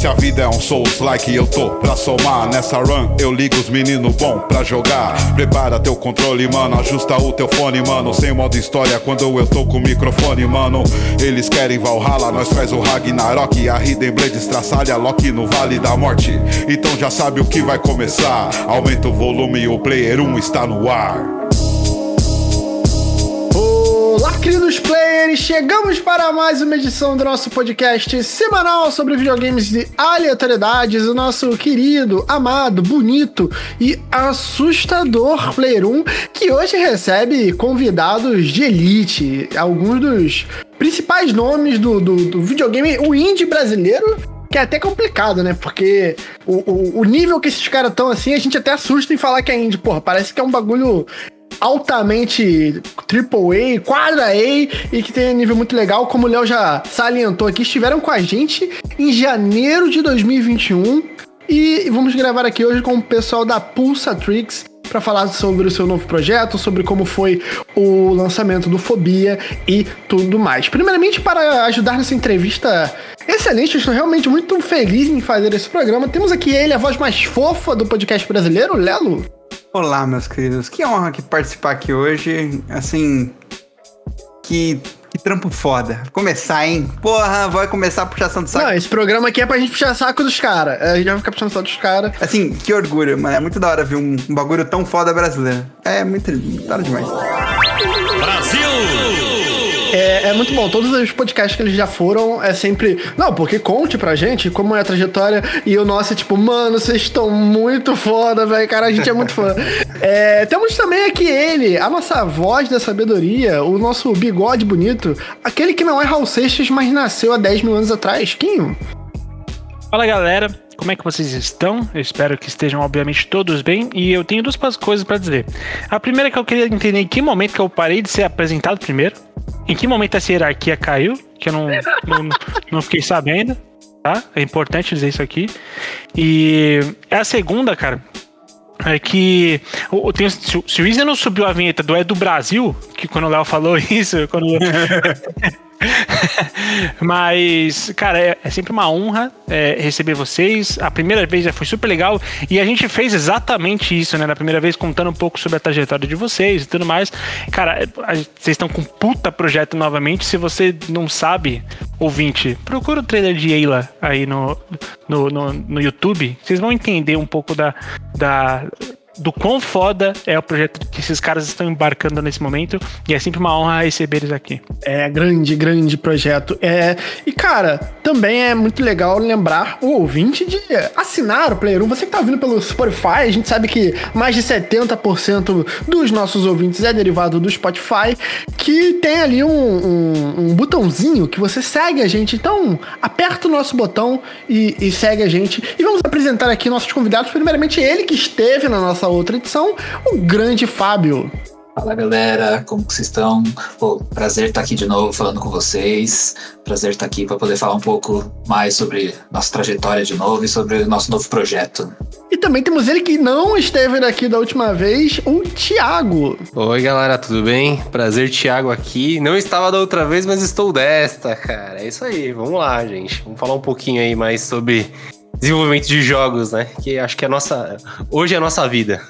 a vida é um Souls-like e eu tô pra somar. Nessa run eu ligo os meninos bom pra jogar. Prepara teu controle, mano, ajusta o teu fone, mano. Sem modo história quando eu tô com o microfone, mano. Eles querem Valhalla, nós faz o Ragnarok. A Hidden Blade estraçalha Loki no Vale da Morte. Então já sabe o que vai começar. Aumenta o volume e o Player 1 está no ar. Olá, queridos players! Chegamos para mais uma edição do nosso podcast semanal sobre videogames de aleatoriedades. O nosso querido, amado, bonito e assustador Player 1, que hoje recebe convidados de elite, alguns dos principais nomes do videogame, o indie brasileiro, que é até complicado, né? Porque o nível que esses caras estão assim, a gente até assusta em falar que é indie. Porra, parece que é um bagulho altamente AAA, quadra A, e que tem um nível muito legal. Como o Léo já salientou aqui, estiveram com a gente em janeiro de 2021 e vamos gravar aqui hoje com o pessoal da Pulsatrix para falar sobre o seu novo projeto, sobre como foi o lançamento do Fobia e tudo mais. Primeiramente, para ajudar nessa entrevista excelente, eu estou realmente muito feliz em fazer esse programa. Temos aqui ele, a voz mais fofa do podcast brasileiro, Lelo. Olá, meus queridos. Que honra aqui participar aqui hoje. Assim, que trampo foda. Começar, hein? Porra, vai começar a puxação do saco. Não, esse programa aqui é pra gente puxar saco dos caras. A gente vai ficar puxando saco dos caras. Assim, que orgulho, mano. É muito da hora ver um bagulho tão foda brasileiro. É muito da hora demais. Brasil! É muito bom, todos os podcasts que eles já foram é sempre... Não, porque conte pra gente como é a trajetória. E o nosso é tipo, mano, vocês estão muito foda, velho. Cara, a gente é muito fã. Temos também aqui ele, a nossa voz da sabedoria, o nosso bigode bonito, aquele que não é Raul Seixas, mas nasceu há 10 mil anos atrás. Quinho? Fala, galera. Como é que vocês estão? Eu espero que estejam, obviamente, todos bem. E eu tenho duas coisas pra dizer. A primeira é que eu queria entender em que momento que eu parei de ser apresentado primeiro. Em que momento essa hierarquia caiu, que eu não fiquei sabendo, tá? É importante dizer isso aqui. E a segunda, cara, é que se o Isa não subiu a vinheta do É do Brasil, que quando o Léo falou isso, mas, cara, é sempre uma honra receber vocês. A primeira vez já foi super legal e a gente fez exatamente isso, né? Na primeira vez, contando um pouco sobre a trajetória de vocês e tudo mais. Cara, vocês estão com um puta projeto novamente. Se você não sabe, ouvinte, procura o trailer de Ayla aí no YouTube. Vocês vão entender um pouco do quão foda é o projeto que esses caras estão embarcando nesse momento, e é sempre uma honra receber eles aqui. É, grande projeto. E cara, também é muito legal lembrar o ouvinte de assinar o Player 1. Você que tá ouvindo pelo Spotify, a gente sabe que mais de 70% dos nossos ouvintes é derivado do Spotify, que tem ali um botãozinho que você segue a gente. Então, aperta o nosso botão e segue a gente. E vamos apresentar aqui nossos convidados. Primeiramente, ele que esteve na nossa outra edição, o grande Fábio. Fala, galera, como que vocês estão? Pô, prazer estar aqui de novo falando com vocês. Prazer estar aqui para poder falar um pouco mais sobre nossa trajetória de novo e sobre o nosso novo projeto. E também temos ele que não esteve aqui da última vez, o Thiago. Oi, galera, tudo bem? Prazer, Thiago aqui. Não estava da outra vez, mas estou desta, cara. É isso aí, vamos lá, gente. Vamos falar um pouquinho aí mais sobre desenvolvimento de jogos, né? Que acho que hoje é a nossa vida.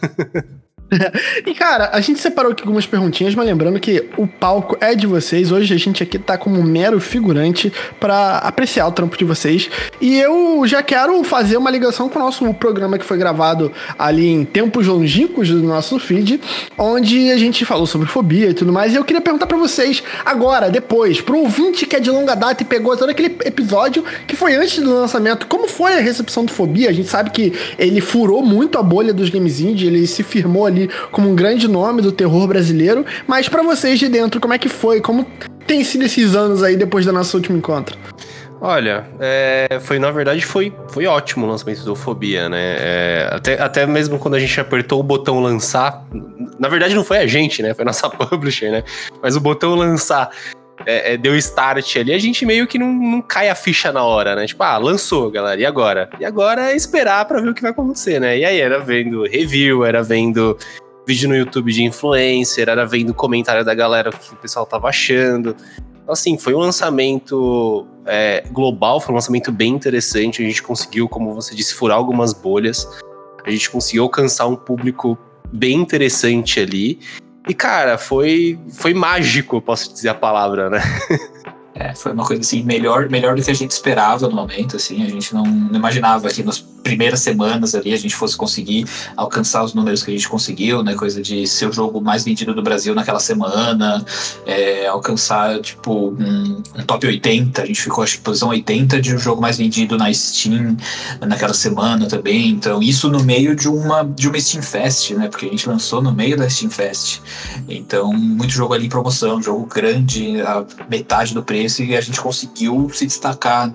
E cara, a gente separou aqui algumas perguntinhas, mas lembrando que o palco é de vocês. Hoje a gente aqui tá como um mero figurante pra apreciar o trampo de vocês. E eu já quero fazer uma ligação com o nosso programa que foi gravado ali em tempos longínquos do nosso feed, onde a gente falou sobre fobia e tudo mais. E eu queria perguntar pra vocês agora, depois, pro ouvinte que é de longa data e pegou todo aquele episódio que foi antes do lançamento, como foi a recepção do Fobia? A gente sabe que ele furou muito a bolha dos games indie, ele se firmou ali como um grande nome do terror brasileiro, mas pra vocês de dentro, como é que foi? Como tem sido esses anos aí depois da nossa última encontro? Olha, na verdade foi ótimo o lançamento do Fobia, né? Até mesmo quando a gente apertou o botão lançar, na verdade não foi a gente, né? Foi a nossa publisher, né? Mas o botão lançar deu start ali, a gente meio que não cai a ficha na hora, né? Tipo, lançou, galera, e agora? E agora é esperar pra ver o que vai acontecer, né? E aí era vendo review, era vendo vídeo no YouTube de influencer, era vendo comentário da galera, o que o pessoal tava achando. assim, foi um lançamento global, foi um lançamento bem interessante. A gente conseguiu, como você disse, furar algumas bolhas. A gente conseguiu alcançar um público bem interessante ali. E, cara, foi mágico, eu posso dizer a palavra, né? Foi uma coisa assim, melhor do que a gente esperava no momento, assim, a gente não imaginava que nas primeiras semanas ali a gente fosse conseguir alcançar os números que a gente conseguiu, né, coisa de ser o jogo mais vendido do Brasil naquela semana, alcançar, tipo, um top 80, a gente ficou, acho que, posição 80 de um jogo mais vendido na Steam naquela semana também, então isso no meio de uma Steam Fest, né, porque a gente lançou no meio da Steam Fest, então muito jogo ali em promoção, jogo grande, a metade do preço, e a gente conseguiu se destacar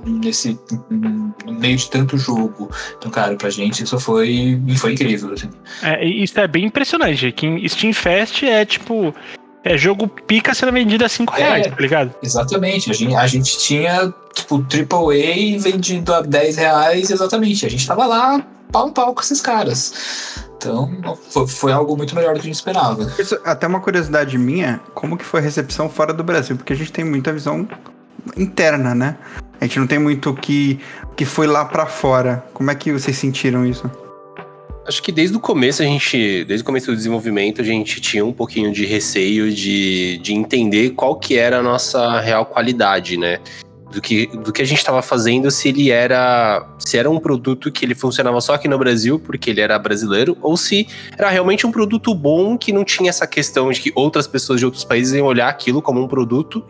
no meio de tanto jogo. Então, cara, pra gente isso foi incrível, assim. Isso é bem impressionante, que em Steam Fest tipo... jogo pica sendo vendido a R$5, tá ligado? Exatamente, a gente tinha, tipo, AAA vendido a R$10, exatamente. A gente tava lá, pau a pau com esses caras. Então, foi algo muito melhor do que a gente esperava. Isso, até uma curiosidade minha, como que foi a recepção fora do Brasil? Porque a gente tem muita visão interna, né? A gente não tem muito o que foi lá pra fora. Como é que vocês sentiram isso? Acho que desde o começo do desenvolvimento, a gente tinha um pouquinho de receio de entender qual que era a nossa real qualidade, né? Do que a gente estava fazendo, se era um produto que ele funcionava só aqui no Brasil, porque ele era brasileiro, ou se era realmente um produto bom que não tinha essa questão de que outras pessoas de outros países iam olhar aquilo como um produto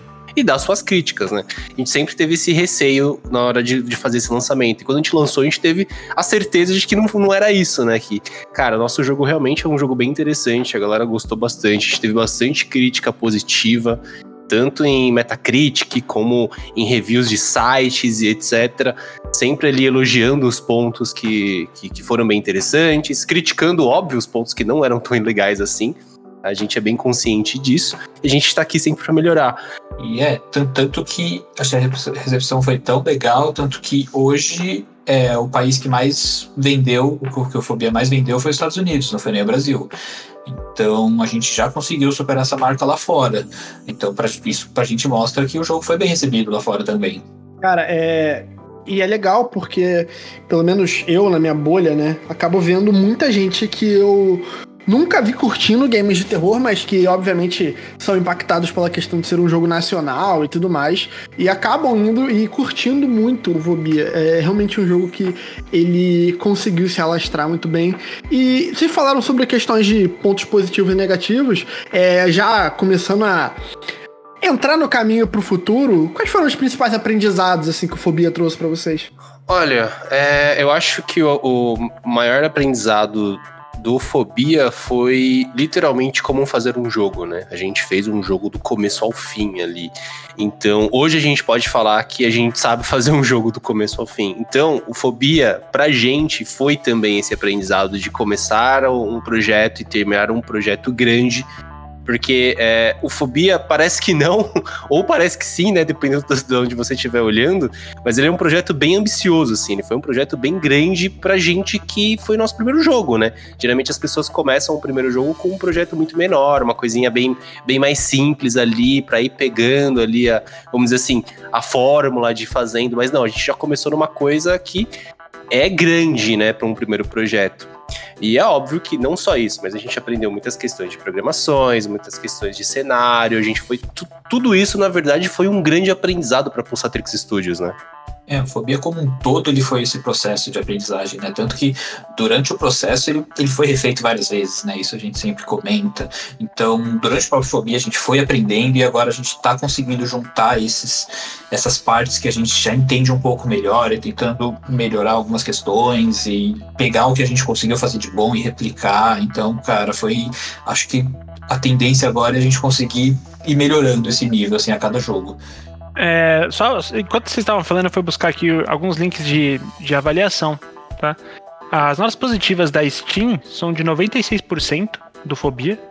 e dar suas críticas, né? A gente sempre teve esse receio na hora de fazer esse lançamento. E quando a gente lançou, a gente teve a certeza de que não era isso, né? Que, cara, nosso jogo realmente é um jogo bem interessante, a galera gostou bastante, a gente teve bastante crítica positiva, tanto em Metacritic como em reviews de sites e etc. Sempre ali elogiando os pontos que foram bem interessantes, criticando, óbvio, os pontos que não eram tão legais assim. A gente é bem consciente disso e a gente está aqui sempre para melhorar. E tanto que a recepção foi tão legal, tanto que hoje o país que mais vendeu, o que o Fobia mais vendeu foi os Estados Unidos, não foi nem o Brasil. Então a gente já conseguiu superar essa marca lá fora. Então isso pra gente mostra que o jogo foi bem recebido lá fora também. Cara, e é legal porque, pelo menos eu, na minha bolha, né, acabo vendo muita gente que eu nunca vi curtindo games de terror, mas que obviamente são impactados pela questão de ser um jogo nacional e tudo mais, e acabam indo e curtindo muito o Fobia. É realmente um jogo que ele conseguiu se alastrar muito bem. E vocês falaram sobre questões de pontos positivos e negativos, já começando a entrar no caminho pro futuro, quais foram os principais aprendizados assim que o Fobia trouxe pra vocês? Olha, eu acho que o maior aprendizado do Fobia foi literalmente como fazer um jogo, né? A gente fez um jogo do começo ao fim ali. Então, hoje a gente pode falar que a gente sabe fazer um jogo do começo ao fim. Então, o Fobia, pra gente, foi também esse aprendizado de começar um projeto e terminar um projeto grande. Porque o Fobia parece que não, ou parece que sim, né? Dependendo de onde você estiver olhando. Mas ele é um projeto bem ambicioso, assim. Ele foi um projeto bem grande pra gente que foi nosso primeiro jogo, né? Geralmente as pessoas começam o primeiro jogo com um projeto muito menor, uma coisinha bem mais simples ali, pra ir pegando ali, vamos dizer assim, a fórmula de fazendo. Mas não, a gente já começou numa coisa que é grande, né? Pra um primeiro projeto. E é óbvio que não só isso, mas a gente aprendeu muitas questões de programações, muitas questões de cenário, a gente foi... Tudo isso, na verdade, foi um grande aprendizado para a Pulsatrix Studios, né? O Fobia como um todo, ele foi esse processo de aprendizagem, né? Tanto que durante o processo ele foi refeito várias vezes, né? Isso a gente sempre comenta. Então, durante o próprio Fobia a gente foi aprendendo e agora a gente está conseguindo juntar essas partes que a gente já entende um pouco melhor e tentando melhorar algumas questões e pegar o que a gente conseguiu fazer de bom e replicar. Então, cara, acho que a tendência agora é a gente conseguir ir melhorando esse nível, assim, a cada jogo. Só enquanto vocês estavam falando, eu fui buscar aqui alguns links de avaliação, tá? As notas positivas da Steam são de 96% do Fobia,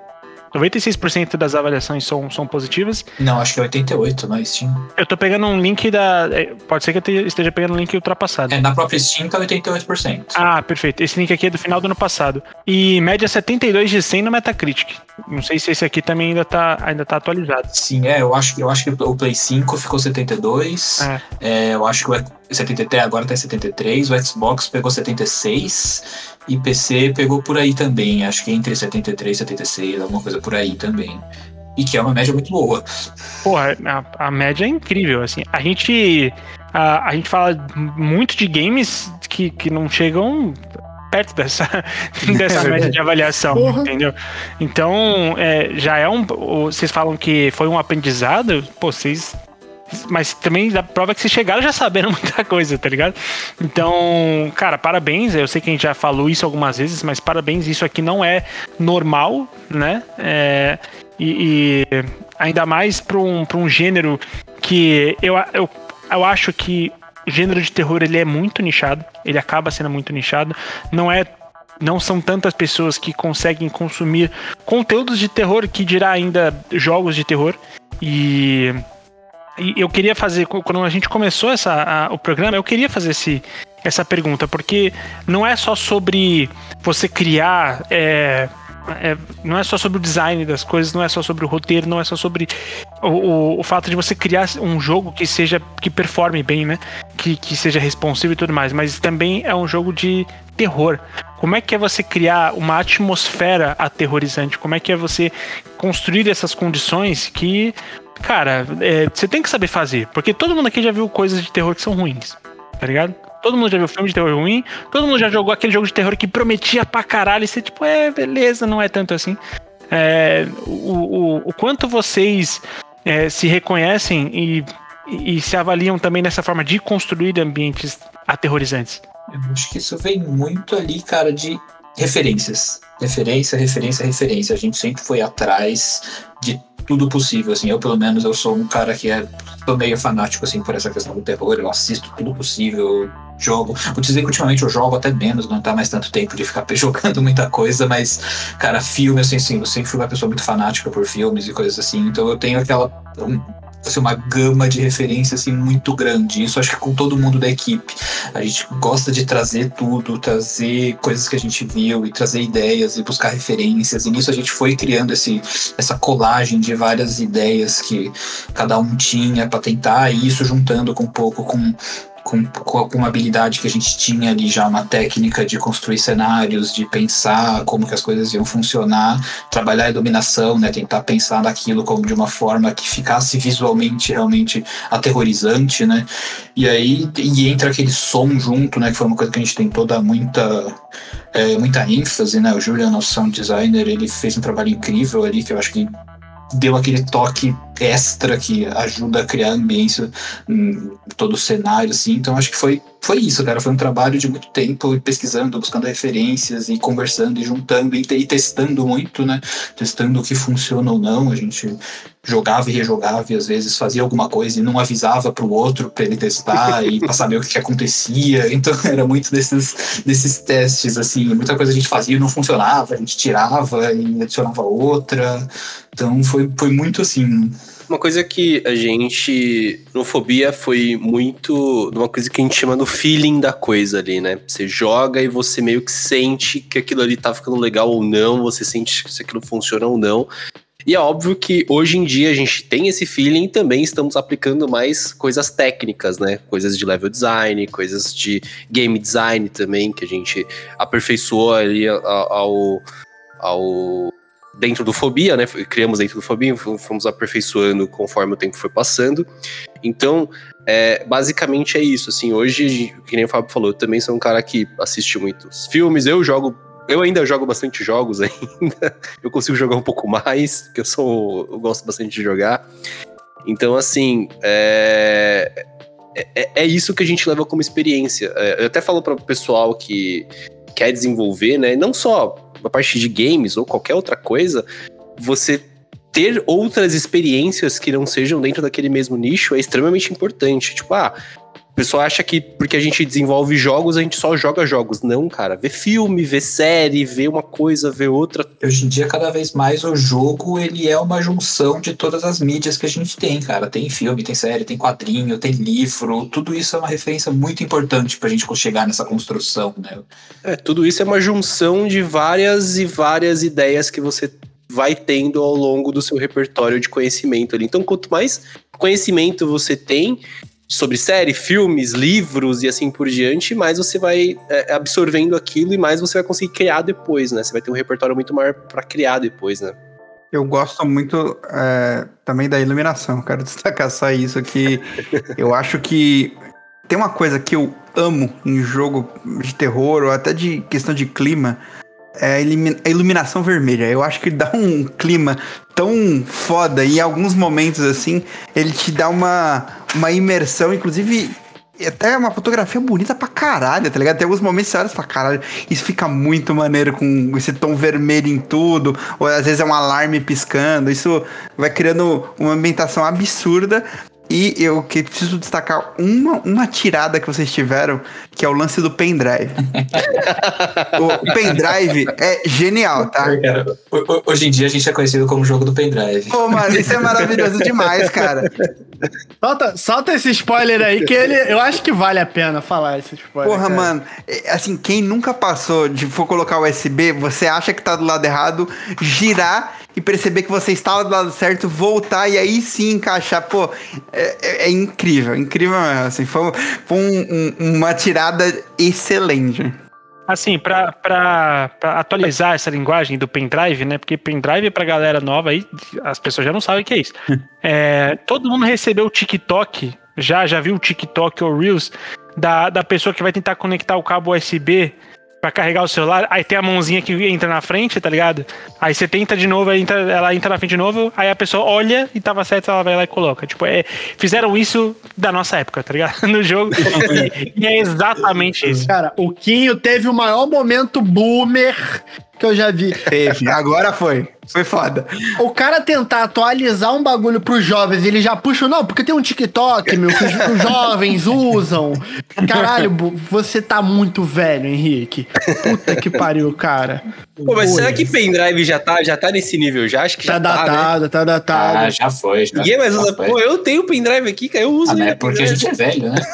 96% das avaliações são positivas. Não, acho que é 88 na Steam. Eu tô pegando um link pode ser que eu esteja pegando um link ultrapassado. Na própria Steam tá 88%. Ah, perfeito. Esse link aqui é do final do ano passado. E média 72 de 100 no Metacritic. Não sei se esse aqui também ainda tá atualizado. Sim, eu acho que o Play 5 ficou 72. Eu acho que o 73 agora tá em 73. O Xbox pegou 76. E PC pegou por aí também. Acho que entre 73 e 76, alguma coisa por aí também. E que é uma média muito boa. Porra, a média é incrível, assim. A gente fala muito de games que não chegam perto dessa média de avaliação, entendeu? Então, já é vocês falam que foi um aprendizado, pô, mas também dá prova que vocês chegaram já sabendo muita coisa, tá ligado? Então, cara, parabéns. Eu sei que a gente já falou isso algumas vezes, mas parabéns. Isso aqui não é normal, né? E ainda mais para um gênero que eu acho que o gênero de terror ele é muito nichado. Ele acaba sendo muito nichado. Não são tantas pessoas que conseguem consumir conteúdos de terror, que dirá ainda jogos de terror. E eu queria fazer, quando a gente começou o programa, eu queria fazer essa pergunta, porque não é só sobre você criar, não é só sobre o design das coisas, não é só sobre o roteiro, não é só sobre o fato de você criar um jogo que performe bem, né? Que seja responsivo e tudo mais, mas também é um jogo de terror. Como é que é você criar uma atmosfera aterrorizante? Como é que é você construir essas condições que... Cara, você tem que saber fazer, porque todo mundo aqui já viu coisas de terror que são ruins, tá ligado? Todo mundo já viu filme de terror ruim, todo mundo já jogou aquele jogo de terror que prometia pra caralho, e você tipo, beleza, não é tanto assim. O quanto vocês se reconhecem e se avaliam também nessa forma de construir ambientes aterrorizantes? Eu acho que isso vem muito ali, cara, de referências. Referência. A gente sempre foi atrás de tudo possível, assim. Eu, pelo menos, eu sou um cara que tô meio fanático, assim, por essa questão do terror. Eu assisto tudo possível, jogo. Vou dizer que ultimamente eu jogo até menos, não tá mais tanto tempo de ficar jogando muita coisa, mas, cara, filme, assim, eu sempre fui uma pessoa muito fanática por filmes e coisas assim, então eu tenho uma gama de referências assim, muito grande. Isso acho que com todo mundo da equipe. A gente gosta de trazer tudo, trazer coisas que a gente viu e trazer ideias e buscar referências. E nisso a gente foi criando essa colagem de várias ideias que cada um tinha para tentar, e isso juntando com um pouco com uma habilidade que a gente tinha ali já, uma técnica de construir cenários, de pensar como que as coisas iam funcionar, trabalhar a iluminação, né, tentar pensar naquilo como de uma forma que ficasse visualmente realmente aterrorizante, né, e aí entra aquele som junto, né, que foi uma coisa que a gente tem toda muita ênfase, né, o Julian, nosso sound designer, ele fez um trabalho incrível ali, que eu acho que deu aquele toque extra que ajuda a criar ambiência em todo o cenário, assim. Então acho que foi isso, cara. Foi um trabalho de muito tempo, pesquisando, buscando referências e conversando e juntando e testando muito, né? Testando o que funciona ou não. A gente jogava e rejogava e às vezes fazia alguma coisa e não avisava pro outro para ele testar e para saber o que acontecia. Então era muito desses testes, assim. Muita coisa a gente fazia e não funcionava, a gente tirava e adicionava outra. Então foi muito assim. Uma coisa que a gente, no Fobia, foi muito uma coisa que a gente chama do feeling da coisa ali, né? Você joga e você meio que sente que aquilo ali tá ficando legal ou não, você sente se aquilo funciona ou não. E é óbvio que hoje em dia a gente tem esse feeling e também estamos aplicando mais coisas técnicas, né? Coisas de level design, coisas de game design também, que a gente aperfeiçoou ali dentro do Fobia, né? Criamos dentro do Fobia, fomos aperfeiçoando conforme o tempo foi passando. Então, basicamente é isso. Assim, hoje, que nem o Fábio falou, eu também sou um cara que assiste muitos filmes. Eu ainda jogo bastante jogos ainda. Eu consigo jogar um pouco mais, porque eu gosto bastante de jogar. Então, assim, é isso que a gente leva como experiência. Eu até falo para o pessoal que quer desenvolver, né? Não só a parte de games ou qualquer outra coisa, você ter outras experiências que não sejam dentro daquele mesmo nicho é extremamente importante. Tipo, O pessoal acha que porque a gente desenvolve jogos, a gente só joga jogos. Não, cara. Vê filme, vê série, vê uma coisa, vê outra. Hoje em dia, cada vez mais, o jogo, ele é uma junção de todas as mídias que a gente tem, cara. Tem filme, tem série, tem quadrinho, tem livro. Tudo isso é uma referência muito importante pra gente chegar nessa construção, né? Tudo isso é uma junção de várias e várias ideias que você vai tendo ao longo do seu repertório de conhecimento ali. Então, quanto mais conhecimento você tem sobre série, filmes, livros e assim por diante, mais você vai absorvendo aquilo e mais você vai conseguir criar depois, né? Você vai ter um repertório muito maior pra criar depois, né? Eu gosto muito também da iluminação. Quero destacar só isso, que eu acho que tem uma coisa que eu amo em jogo de terror ou até de questão de clima, é a iluminação vermelha. Eu acho que dá um clima tão foda e em alguns momentos assim, ele te dá uma imersão, inclusive até uma fotografia bonita pra caralho, tá ligado? Tem alguns momentos que você olha e fala, caralho, isso fica muito maneiro com esse tom vermelho em tudo, ou às vezes é um alarme piscando, isso vai criando uma ambientação absurda. E eu que preciso destacar uma tirada que vocês tiveram, que é o lance do pendrive. O pendrive é genial, tá? Hoje em dia a gente é conhecido como jogo do pendrive. Pô, mano, isso é maravilhoso demais, cara. Solta esse spoiler aí, que eu acho que vale a pena falar esse spoiler. Porra, cara. mano, assim, quem nunca passou de for colocar o USB, você acha que tá do lado errado, girar e perceber que você estava do lado certo, voltar e aí sim encaixar. Pô, é incrível, incrível mesmo, assim, foi uma tirada excelente. Assim, pra atualizar essa linguagem do pendrive, né? Porque pendrive pra galera nova aí, as pessoas já não sabem o que é isso. Todo mundo recebeu o TikTok, já viu o TikTok ou Reels da pessoa que vai tentar conectar o cabo USB pra carregar o celular, aí tem a mãozinha que entra na frente, tá ligado? Aí você tenta de novo, ela entra na frente de novo, aí a pessoa olha e tava certo, ela vai lá e coloca. Tipo, fizeram isso da nossa época, tá ligado? No jogo. E é exatamente isso. Cara, o Quinho teve o maior momento boomer que eu já vi. Teve, agora foi. Foi foda. O cara tentar atualizar um bagulho pros jovens, ele já puxa, não, porque tem um TikTok, meu, que os jovens usam. Caralho, você tá muito velho, Henrique. Puta que pariu, cara. Pô, mas será que pendrive já tá nesse nível já? Acho que já datado, né? Tá datado. Ah, já foi. Ninguém mais usa. Pô, eu tenho pendrive aqui, cara, eu uso. É porque a gente é velho, né?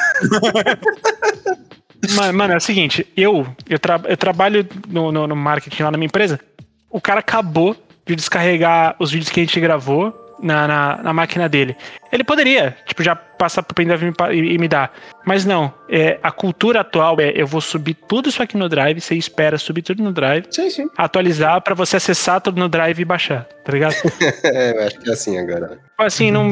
Mano, é o seguinte, eu trabalho no marketing lá na minha empresa. O cara acabou de descarregar os vídeos que a gente gravou na máquina dele. Ele poderia, tipo, já passar pro pendrive e me dar. Mas não, a cultura atual eu vou subir tudo isso aqui no Drive, você espera subir tudo no Drive, Sim. atualizar pra você acessar tudo no Drive e baixar, tá ligado? Eu acho que é assim agora. Assim, não,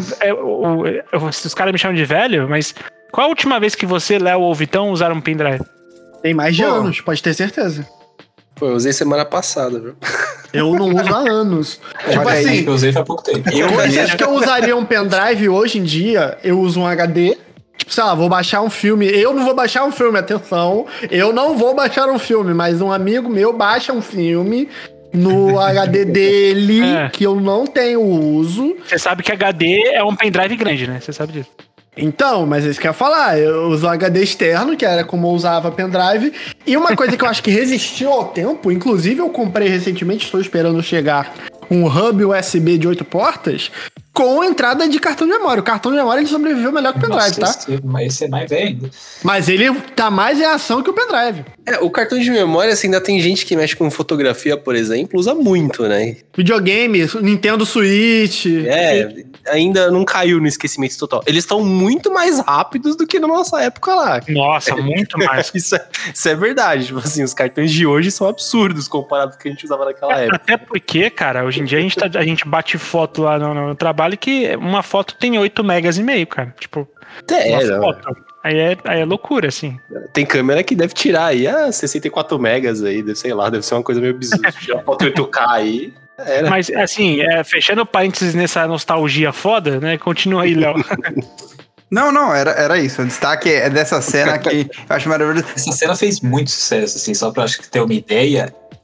os caras me chamam de velho, mas qual a última vez que você, Léo ou Vitão usaram um pendrive? Tem mais de anos, pode ter certeza. Pô, eu usei semana passada, viu? Eu não uso há anos. Tipo Olha assim, Eu usei há pouco tempo. coisas que eu usaria um pendrive hoje em dia, eu uso um HD. Tipo, sei lá, vou baixar um filme. Eu não vou baixar um filme, atenção. Eu não vou baixar um filme, mas um amigo meu baixa um filme no HD dele, que eu não tenho uso. Você sabe que HD é um pendrive grande, né? Você sabe disso. Então, mas é isso que eu ia falar. Eu uso um HD externo, que era como eu usava pendrive. E uma coisa que eu acho que resistiu ao tempo, inclusive eu comprei recentemente, estou esperando chegar, um hub USB de 8 portas com entrada de cartão de memória. O cartão de memória ele sobreviveu melhor que o pendrive, tá? Mas esse é mais velho ainda. Mas ele tá mais em ação que o pendrive. O cartão de memória, assim, ainda tem gente que mexe com fotografia, por exemplo, usa muito, né? Videogame, Nintendo Switch. Ainda não caiu no esquecimento total. Eles estão muito mais rápidos do que na nossa época lá. Nossa, muito mais. Isso é verdade. Tipo assim, os cartões de hoje são absurdos comparado com o que a gente usava naquela época. Até porque, cara, hoje em dia a gente bate foto lá no trabalho que uma foto tem 8 megas e meio, cara. Tipo, uma foto. Aí é loucura, assim. Tem câmera que deve tirar aí 64 megas aí, deve ser uma coisa meio bizarra. Tirar foto 8K aí. Era. Mas, assim, fechando parênteses nessa nostalgia foda, né? Continua aí, Léo. Não, era isso. O destaque é dessa cena que eu acho maravilhoso. Essa cena fez muito sucesso, assim, só pra acho que ter uma ideia.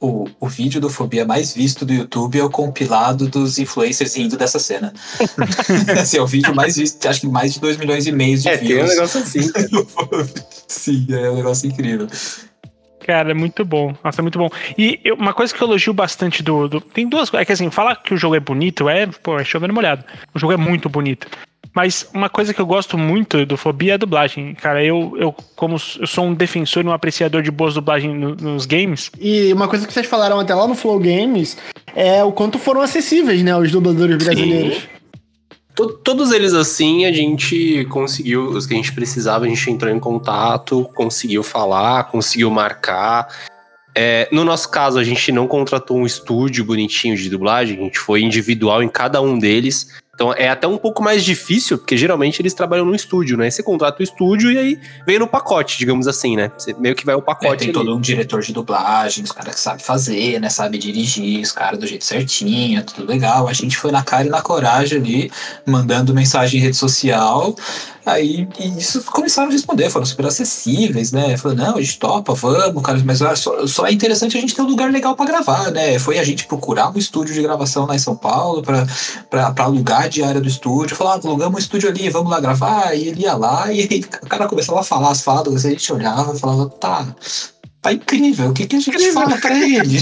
o vídeo do Fobia mais visto do YouTube é o compilado dos influencers rindo dessa cena. Esse é o vídeo mais visto, acho que mais de 2,5 milhões de views. Tem um negócio assim. Sim, é um negócio incrível. Cara, é muito bom. Nossa, é muito bom. E uma coisa que eu elogio bastante tem duas coisas. É que assim, falar que o jogo é bonito é chovendo molhado. O jogo é muito bonito. Mas uma coisa que eu gosto muito do Fobia é a dublagem. Cara, eu sou um defensor e um apreciador de boas dublagens nos games. E uma coisa que vocês falaram até lá no Flow Games é o quanto foram acessíveis, né, os dubladores brasileiros. Sim. Todos eles assim, a gente conseguiu, os que a gente precisava, a gente entrou em contato, conseguiu falar, conseguiu marcar. No nosso caso, a gente não contratou um estúdio bonitinho de dublagem, a gente foi individual em cada um deles. Então é até um pouco mais difícil, porque geralmente eles trabalham no estúdio, né? Você contrata o estúdio e aí vem no pacote, digamos assim, né? Você meio que vai o pacote. Tem todo um diretor de dublagem, os caras que sabem fazer, né? Sabe dirigir, os caras do jeito certinho, tudo legal. A gente foi na cara e na coragem ali, mandando mensagem em rede social. Aí e isso começaram a responder, foram super acessíveis, né? Falaram, não, a gente topa, vamos, cara, mas só é interessante a gente ter um lugar legal pra gravar, né? Foi a gente procurar um estúdio de gravação lá em São Paulo pra alugar a diária do estúdio, falar, alugamos um estúdio ali, vamos lá gravar, e ele ia lá, e aí o cara começava a falar as falas, a gente olhava e falava, tá incrível, o que a gente fala pra ele?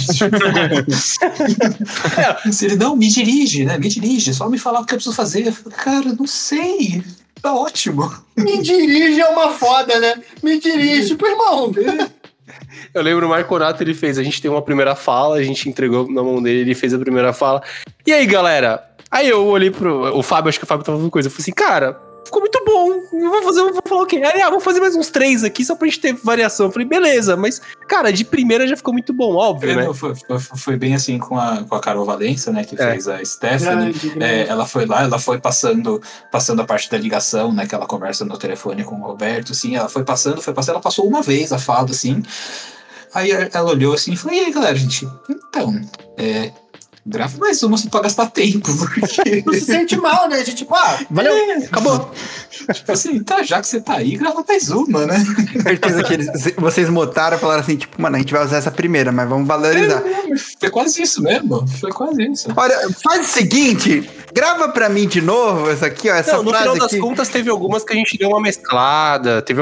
Se ele, não, me dirige, só me falar o que eu preciso fazer. Eu falei, cara, não sei, tá ótimo. Me dirige é uma foda, né? Me dirige, pro irmão. Eu lembro o Marconato, ele fez, a gente tem uma primeira fala, a gente entregou na mão dele, ele fez a primeira fala. E aí, galera? Aí eu olhei pro Fábio, acho que o Fábio tava falando coisa, eu falei assim, cara, ficou muito bom, eu vou falar o quê? Aí, vou fazer mais uns 3 aqui só pra gente ter variação. Eu falei, beleza, mas, cara, de primeira já ficou muito bom, óbvio, né? Foi bem assim com a Carol Valença, né, que fez a Stephanie. Ela foi lá, ela foi passando a parte da ligação, né, que ela conversa no telefone com o Roberto, assim, ela foi passando, ela passou uma vez a fala, assim, aí ela olhou assim e falou, e aí, galera, gente, então, grava mais uma só pra gastar tempo, porque... Não se sente mal, né? A gente, tipo, valeu, acabou. Tipo assim, tá, já que você tá aí, grava mais uma, né? Certeza que vocês motaram e falaram assim, tipo, mano, a gente vai usar essa primeira, mas vamos valorizar. Foi quase isso mesmo, Olha, faz o seguinte, grava pra mim de novo essa aqui, ó, essa frase aqui. No final das contas, teve algumas que a gente deu uma mesclada, teve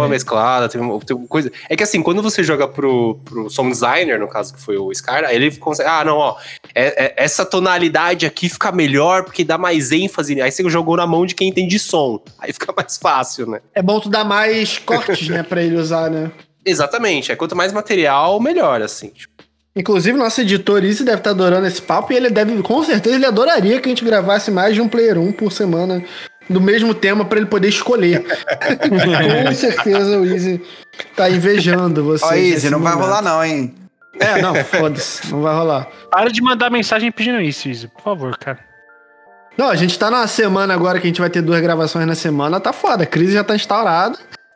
teve coisa... É que assim, quando você joga pro sound designer, no caso que foi o Scar, aí ele consegue, essa tonalidade aqui fica melhor porque dá mais ênfase. Aí você jogou na mão de quem entende som. Aí fica mais fácil, né? É bom tu dar mais cortes, né, pra ele usar, né? Exatamente. Quanto mais material, melhor, assim. Inclusive, nosso editor Izzy deve estar adorando esse papo e ele deve, com certeza, ele adoraria que a gente gravasse mais de um Player 1 por semana do mesmo tema pra ele poder escolher. Com certeza o Izzy tá invejando você. Ó, Izzy, não vai rolar não, hein? Não, foda-se, não vai rolar. Para de mandar mensagem pedindo isso, Izzy, por favor, cara. Não, a gente tá numa semana agora que a gente vai ter 2 gravações na semana, tá foda, a crise já tá instaurada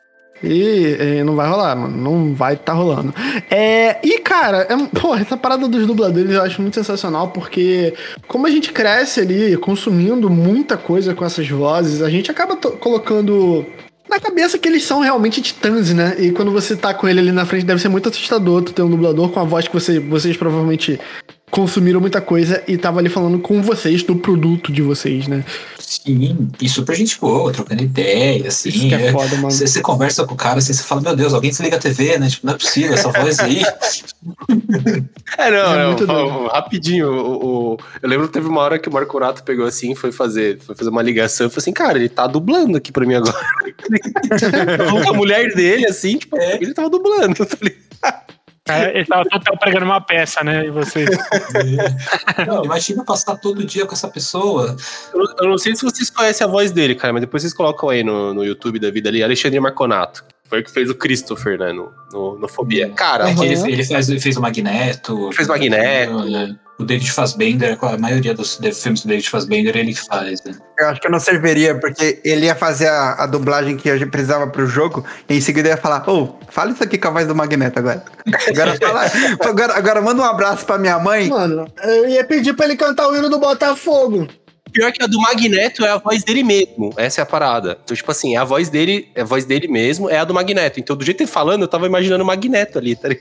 e não vai rolar, mano, não vai tá rolando. E cara, essa parada dos dubladores eu acho muito sensacional, porque como a gente cresce ali consumindo muita coisa com essas vozes, a gente acaba colocando na cabeça que eles são realmente titãs, né? E quando você tá com ele ali na frente, deve ser muito assustador tu ter um dublador com a voz que vocês provavelmente consumiram muita coisa e tava ali falando com vocês, do produto de vocês, né? Sim, e super gente boa, trocando ideia, assim. Isso que é foda, mano. Você conversa com o cara, assim, você fala, meu Deus, alguém desliga a TV, né? Tipo, não é possível, essa voz aí. Rapidinho, eu lembro que teve uma hora que o Marconato pegou assim, foi fazer uma ligação, e falou assim, cara, ele tá dublando aqui pra mim agora. A mulher dele, assim, tipo, ele tava dublando, tá ligado? Ele tava total pregando uma peça, né? E vocês. Não, imagina passar todo dia com essa pessoa. Eu não sei se vocês conhecem a voz dele, cara, mas depois vocês colocam aí no YouTube da vida ali, Alexandre Marconato. Foi o que fez o Christopher, né, no Fobia. Cara, ele fez o Magneto. Fez Magneto. O David Fassbender, a maioria dos filmes do David Fassbender, ele que faz, né? Eu acho que eu não serviria, porque ele ia fazer a dublagem que a gente precisava pro jogo, e em seguida ia falar, fala isso aqui com a voz do Magneto agora. Agora manda um abraço pra minha mãe. Mano, eu ia pedir pra ele cantar o hino do Botafogo. Pior que a do Magneto é a voz dele mesmo. Essa é a parada. Então, tipo assim, a voz dele mesmo é a do Magneto. Então, do jeito que ele falando, eu tava imaginando o Magneto ali, tá ligado?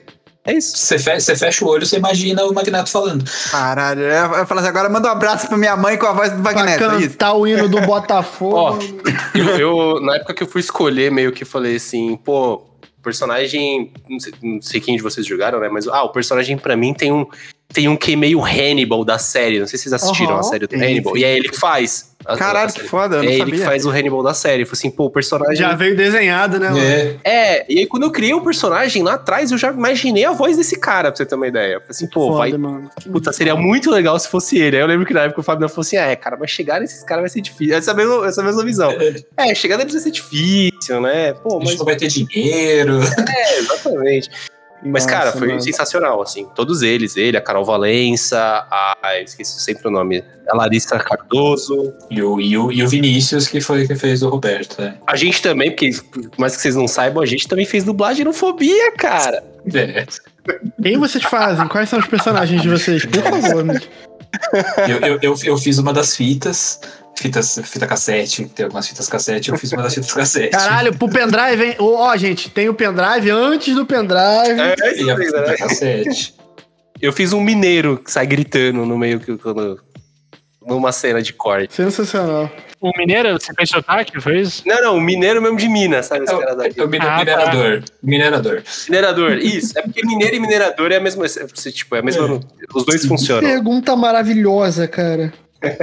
É isso. Você fecha o olho, você imagina o Magneto falando. Caralho, eu falo assim, agora manda um abraço pra minha mãe com a voz do Pra Magneto. é isso? cantar o hino do Botafogo. Ó, eu, na época que eu fui escolher, meio que falei assim, pô, personagem, não sei quem de vocês jogaram, né, mas o personagem pra mim tem um que meio Hannibal da série, não sei se vocês assistiram a série do Hannibal, e aí ele que faz. Caralho, que foda, eu não é sabia. ele que faz o Hannibal da série. Eu falei assim, pô, o personagem... Já veio desenhado, né? Mano? E aí quando eu criei o personagem lá atrás, eu já imaginei a voz desse cara, pra você ter uma ideia. Eu falei assim, pô, Foda, mano. Puta, seria muito legal se fosse ele. Aí eu lembro que na época o Fábio falou assim, cara, mas chegar nesses caras vai ser difícil. Essa mesma visão. Chegar neles vai ser difícil, né? Pô, mas não vai ter dinheiro. Exatamente. Mas, cara, foi sensacional, assim. Todos eles, ele, a Carol Valença, esqueci sempre o nome, a Larissa Cardoso. E o Vinícius, que foi que fez o Roberto, né? A gente também, porque, por mais que vocês não saibam, a gente também fez dublagem no Fobia, cara. Quem vocês fazem? Quais são os personagens de vocês? Por favor, né? Eu fiz uma das fita cassete, tem algumas fitas cassete, eu fiz uma das fitas cassete. Caralho, pro pendrive, hein? Ó, gente, tem o pendrive antes do pendrive. E a fita cassete. Eu fiz um mineiro que sai gritando no meio numa cena de corte. Sensacional. O mineiro, você fez sotaque, foi isso? Não, o mineiro mesmo de Minas, sabe? É o minerador. Minerador, isso. É porque mineiro e minerador é a mesma... Tipo, é a mesma... Os dois funcionam. Pergunta maravilhosa, cara.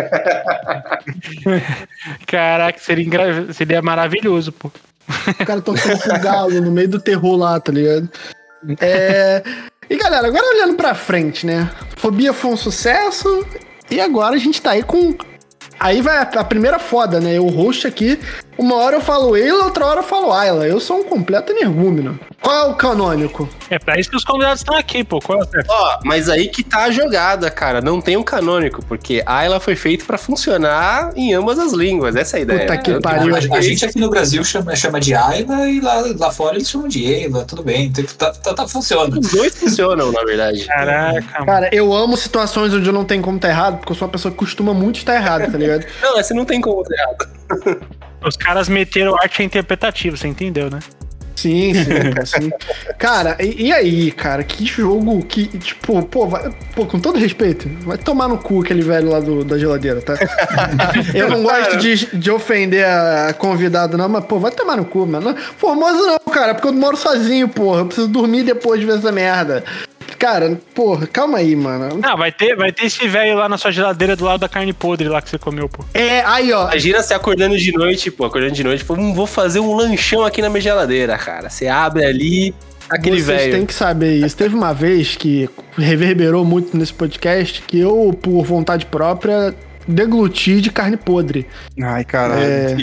Caraca, seria maravilhoso, pô. O cara tocando com galo no meio do terror lá, tá ligado? E galera, agora olhando pra frente, né? Fobia foi um sucesso e agora a gente tá aí com... Aí vai a primeira foda, né? O host aqui, uma hora eu falo Ayla, outra hora eu falo Ayla. Eu sou um completo energúmeno. Qual é o canônico? É pra isso que os convidados estão aqui, pô. Qual é o certo? Ó, mas aí que tá a jogada, cara. Não tem um canônico, porque Ayla foi feito pra funcionar em ambas as línguas. Essa é a ideia. Puta que pariu. A gente aqui no Brasil chama de Ayla e lá fora eles chamam de Ayla. Tudo bem, tá funcionando. Os dois funcionam, na verdade. Caraca, Cara, eu amo situações onde eu não tenho como estar errado, porque eu sou uma pessoa que costuma muito estar errado, tá ligado? Não, essa não tem como ter errado. Os caras meteram arte interpretativa, você entendeu, né? Sim, cara, sim. Cara, e aí, cara, que jogo que, tipo, pô, com todo respeito, vai tomar no cu aquele velho lá da geladeira, tá? Eu não gosto de ofender a convidado, não, mas, pô, vai tomar no cu, mano. Formoso não, cara, porque eu moro sozinho, porra. Eu preciso dormir depois de ver essa merda. Cara, porra, calma aí, mano. Ah, vai ter esse velho lá na sua geladeira do lado da carne podre lá que você comeu, pô. Aí, ó. Imagina você acordando de noite, vou fazer um lanchão aqui na minha geladeira, cara. Você abre ali, aquele velho. Vocês têm que saber isso. Teve uma vez que reverberou muito nesse podcast que eu, por vontade própria, degluti de carne podre. Ai, caralho.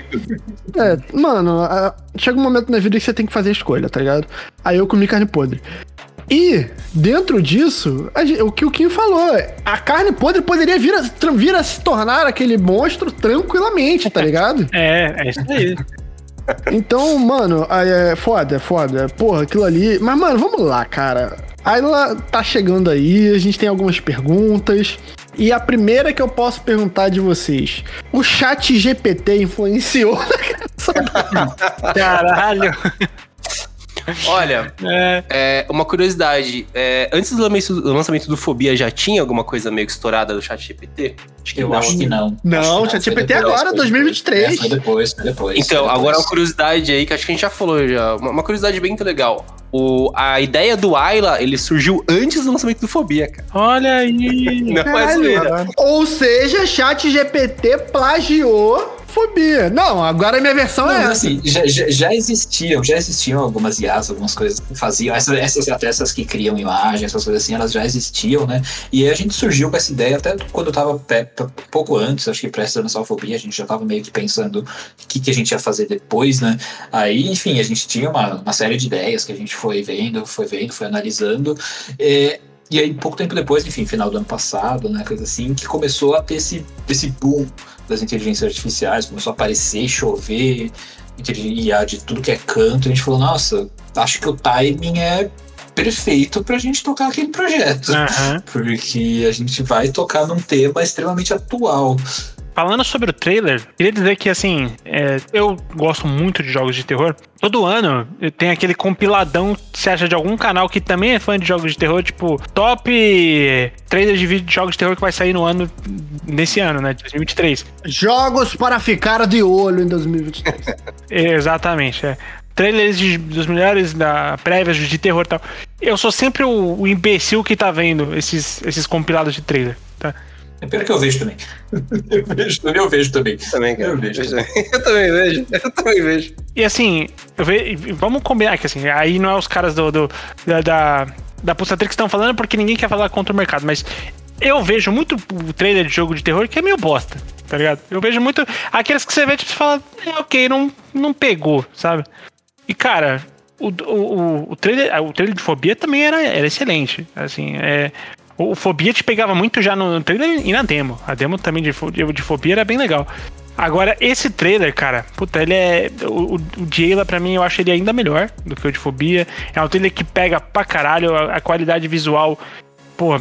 Mano, chega um momento na vida que você tem que fazer a escolha, tá ligado? Aí eu comi carne podre. E, dentro disso, o que o Kim falou, a carne podre poderia vir a se tornar aquele monstro tranquilamente, tá ligado? É isso aí. Então, mano, foda. Porra, aquilo ali... Mas, mano, vamos lá, cara. Aí ela tá chegando aí, a gente tem algumas perguntas. E a primeira que eu posso perguntar de vocês. O chat GPT influenciou na criação da... Caralho. Olha, uma curiosidade. Antes do lançamento do Fobia, já tinha alguma coisa meio que estourada do chat GPT? Eu acho que não. Não, o chat GPT agora, 2023. Foi depois. Então, agora uma curiosidade aí, que acho que a gente já falou já. Uma curiosidade bem legal. A ideia do Ayla, ele surgiu antes do lançamento do Fobia, cara. Olha aí. Não é zoeira. Ou seja, chat GPT plagiou Fobia. Não, agora a minha versão é essa. Assim, já existiam algumas IAs, algumas coisas que faziam, essas que criam imagem, essas coisas assim, elas já existiam, né? E aí a gente surgiu com essa ideia, até quando eu tava pouco antes, acho que prestes a lançar a Fobia, a gente já tava meio que pensando o que a gente ia fazer depois, né? Aí, enfim, a gente tinha uma série de ideias que a gente foi vendo, foi analisando, e aí, pouco tempo depois, enfim, final do ano passado, né, coisa assim, que começou a ter esse boom das inteligências artificiais, começou a aparecer, chover, IA de tudo que é canto, e a gente falou, nossa, acho que o timing é perfeito pra gente tocar aquele projeto, porque a gente vai tocar num tema extremamente atual. falando sobre o trailer, queria dizer que, assim, eu gosto muito de jogos de terror. Todo ano tem aquele compiladão que você acha de algum canal que também é fã de jogos de terror, tipo, top trailer de vídeo de jogos de terror que vai sair nesse ano, né, 2023. Jogos para ficar de olho em 2023. Exatamente, trailers dos melhores prévias de terror e tal. Eu sou sempre o imbecil que tá vendo esses compilados de trailer, tá? É pior que eu vejo também. Eu vejo também. Também, cara. Eu também vejo. E assim, vamos combinar que assim, aí não é os caras da Pulsatrix que estão falando porque ninguém quer falar contra o mercado, mas eu vejo muito o trailer de jogo de terror que é meio bosta, tá ligado? Eu vejo muito aqueles que você vê, tipo, você fala, ok, não pegou, sabe? E cara, o trailer de Fobia também era excelente, assim, o Fobia te pegava muito já no trailer e na demo. A demo também de Fobia era bem legal. Agora, esse trailer, cara, puta, ele o de Ayla, pra mim, eu acho ele ainda melhor do que o de Fobia. É um trailer que pega pra caralho a qualidade visual. Pô,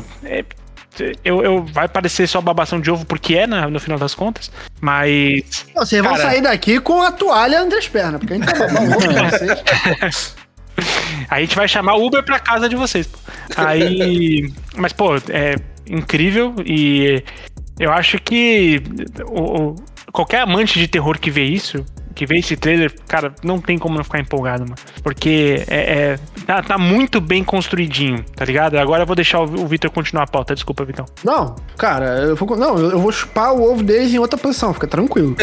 vai parecer só babação de ovo, porque no final das contas. Mas. Vocês vão sair daqui com a toalha entre as pernas, porque a gente vai babar ovo pra vocês. A gente vai chamar Uber pra casa de vocês. Aí. Mas, pô, é incrível e eu acho que qualquer amante de terror que vê isso, que vê esse trailer, cara, não tem como não ficar empolgado, mano. Porque tá muito bem construidinho, tá ligado? Agora eu vou deixar o Vitor continuar a pauta. Desculpa, Vitão. Não, cara, eu vou chupar o ovo deles em outra posição, fica tranquilo.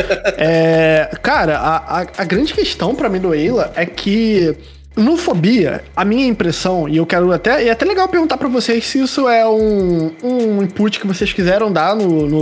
Cara, a grande questão pra mim do Ayla é que no Fobia, a minha impressão, e eu quero até... E é até legal perguntar pra vocês se isso é um input que vocês quiseram dar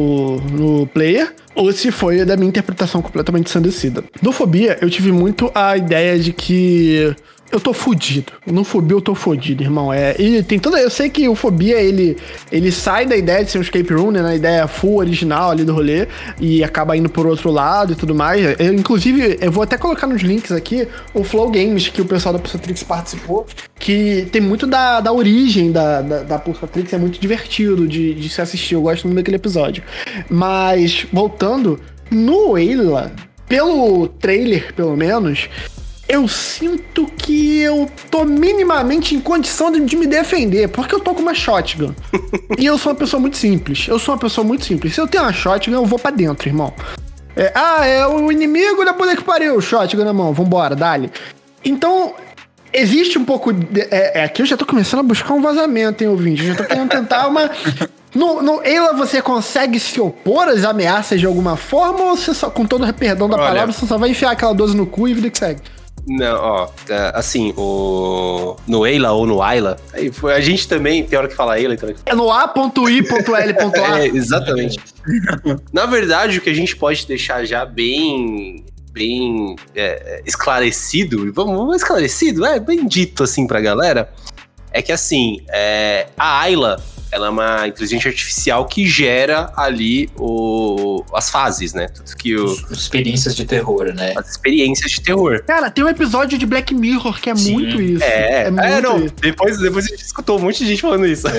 no player, ou se foi da minha interpretação completamente ensandecida. No Fobia, eu tive muito a ideia de que eu tô fudido. No Fobia eu tô fudido, irmão. E tem toda... Eu sei que o Fobia, ele sai da ideia de ser um escape room, né? Na ideia full original ali do rolê, e acaba indo por outro lado e tudo mais. Inclusive, eu vou até colocar nos links aqui o Flow Games, que o pessoal da Pulsatrix participou, que tem muito da origem da Pulsatrix, é muito divertido de se assistir. Eu gosto muito daquele episódio. Mas, voltando, no Ayla, pelo trailer, pelo menos, eu sinto que eu tô minimamente em condição de me defender, porque eu tô com uma shotgun. E eu sou uma pessoa muito simples. Se eu tenho uma shotgun, eu vou pra dentro, irmão. É o inimigo da puta que pariu, shotgun na mão, vambora, dale. Então, existe um pouco... Aqui eu já tô começando a buscar um vazamento, hein, ouvinte? Eu já tô querendo tentar uma... No Ayla você consegue se opor às ameaças de alguma forma, ou você só, com todo o perdão da palavra, você só vai enfiar aquela 12 no cu e vida que segue? Não, assim, no Ayla ou no Ayla, a gente também, tem hora que fala Ayla, então... É no A.I.L.A. Exatamente. Na verdade, o que a gente pode deixar já bem esclarecido, vamos esclarecido, bem dito assim pra galera, é que assim, a Ayla, ela é uma inteligência artificial que gera ali as fases, né? Tudo que experiências de terror, né? As experiências de terror. Cara, tem um episódio de Black Mirror que é muito isso. Não. Depois a gente escutou um monte de gente falando isso.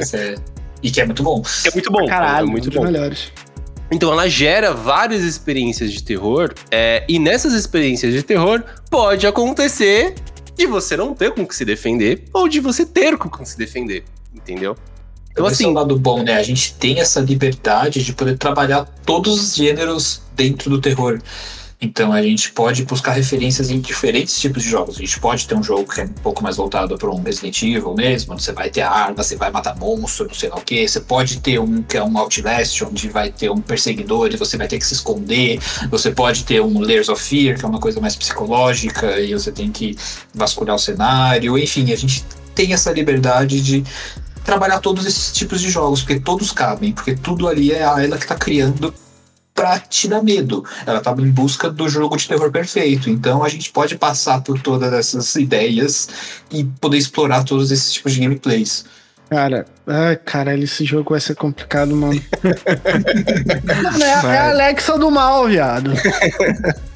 E que é muito bom. É muito bom. Caralho, é muito bom. Melhores. Então ela gera várias experiências de terror, e nessas experiências de terror pode acontecer de você não ter com o que se defender, ou de você ter com o que se defender, entendeu? Então, assim, esse é o lado bom, né? A gente tem essa liberdade de poder trabalhar todos os gêneros dentro do terror. Então a gente pode buscar referências em diferentes tipos de jogos. A gente pode ter um jogo que é um pouco mais voltado para um Resident Evil mesmo, onde você vai ter arma, você vai matar monstro, não sei lá o que. Você pode ter um que é um Outlast, onde vai ter um perseguidor e você vai ter que se esconder. Você pode ter um Layers of Fear, que é uma coisa mais psicológica, e você tem que vasculhar o cenário. Enfim, a gente tem essa liberdade de trabalhar todos esses tipos de jogos, porque todos cabem, porque tudo ali é ela que tá criando pra te dar medo. Ela tá em busca do jogo de terror perfeito. Então a gente pode passar por todas essas ideias e poder explorar todos esses tipos de gameplays. Cara, caralho, esse jogo vai ser complicado, mano. É a Alexa do mal, viado.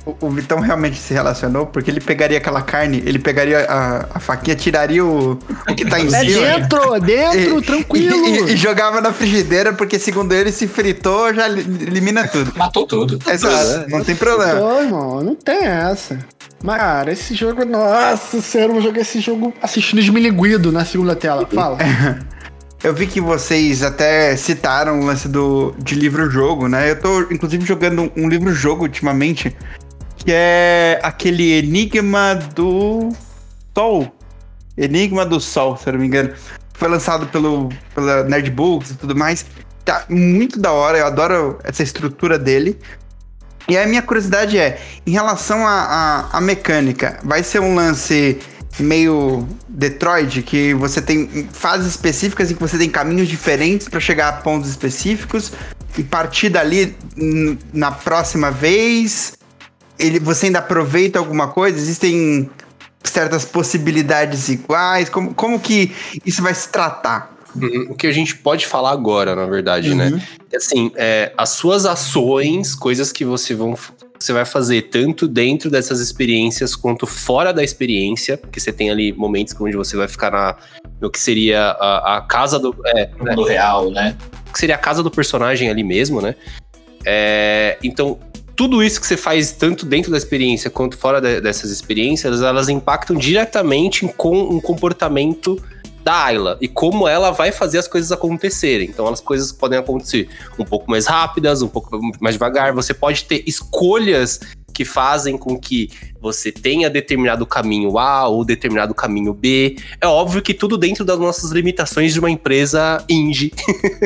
o Vitão realmente se relacionou, porque ele pegaria aquela carne, ele pegaria a faquinha, tiraria o que tá em cima. Dentro, tranquilo. E jogava na frigideira, porque segundo ele, se fritou, já elimina tudo. Matou tudo. Exato, não tem problema. Não, irmão, não tem essa. Mas, cara, esse jogo, nossa senhora, eu vou jogar esse jogo assistindo esmilinguido na segunda tela. Fala. Eu vi que vocês até citaram o lance de livro-jogo, né? Eu tô, inclusive, jogando um livro-jogo ultimamente, que é aquele Enigma do Sol. Enigma do Sol, se eu não me engano. Foi lançado pela Nerdbooks e tudo mais. Tá muito da hora, eu adoro essa estrutura dele. E a minha curiosidade é, em relação à mecânica, vai ser um lance meio Detroit, que você tem fases específicas em que você tem caminhos diferentes para chegar a pontos específicos e partir dali na próxima vez, você ainda aproveita alguma coisa? Existem certas possibilidades iguais? Como que isso vai se tratar? O que a gente pode falar agora, na verdade, né? Assim, as suas ações, coisas que você vai fazer tanto dentro dessas experiências quanto fora da experiência, porque você tem ali momentos onde você vai ficar no que seria a casa do... mundo real, né? Que seria a casa do personagem ali mesmo, né? Então, tudo isso que você faz tanto dentro da experiência quanto fora dessas experiências, elas impactam diretamente com um comportamento da Ayla e como ela vai fazer as coisas acontecerem. Então as coisas podem acontecer um pouco mais rápidas, um pouco mais devagar. Você pode ter escolhas que fazem com que você tenha determinado caminho A ou determinado caminho B. É óbvio que tudo dentro das nossas limitações de uma empresa indie.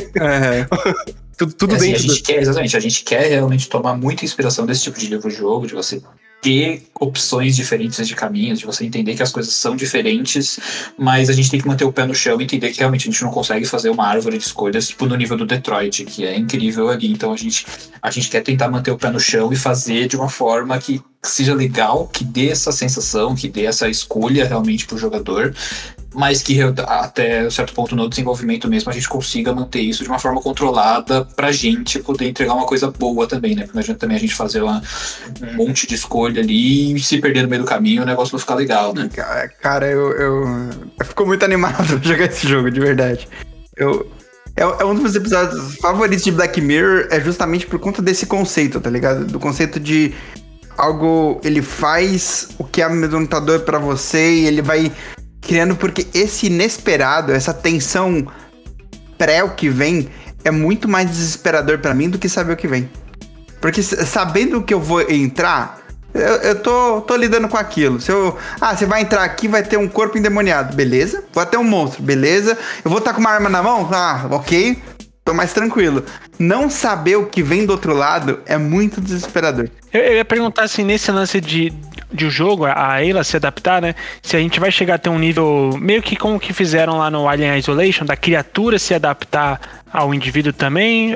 Tudo dentro a gente quer realmente tomar muita inspiração desse tipo de livro-jogo, de você ter opções diferentes de caminhos, de você entender que as coisas são diferentes, mas a gente tem que manter o pé no chão e entender que realmente a gente não consegue fazer uma árvore de escolhas tipo no nível do Detroit, que é incrível ali. Então a gente quer tentar manter o pé no chão e fazer de uma forma que seja legal, que dê essa sensação, que dê essa escolha realmente pro jogador, mas que até um certo ponto no desenvolvimento mesmo a gente consiga manter isso de uma forma controlada pra gente poder entregar uma coisa boa também, né? Porque não adianta também a gente fazer um monte de escolha ali e se perder no meio do caminho o negócio não ficar legal, né? Cara, eu fico muito animado pra jogar esse jogo, de verdade. É um dos meus episódios favoritos de Black Mirror, é justamente por conta desse conceito, tá ligado? Do conceito de algo, ele faz o que é amedrontador pra você e ele vai criando, porque esse inesperado, essa tensão o que vem, é muito mais desesperador pra mim do que saber o que vem. Porque sabendo que eu vou entrar, eu tô lidando com aquilo. Você vai entrar aqui, vai ter um corpo endemoniado, beleza? Vai ter um monstro, beleza? Eu vou estar com uma arma na mão? Ok. Tô mais tranquilo. Não saber o que vem do outro lado é muito desesperador. Eu ia perguntar assim, nesse lance de o jogo, a Ayla se adaptar, né? Se a gente vai chegar a ter um nível meio que como que fizeram lá no Alien Isolation, da criatura se adaptar ao indivíduo também,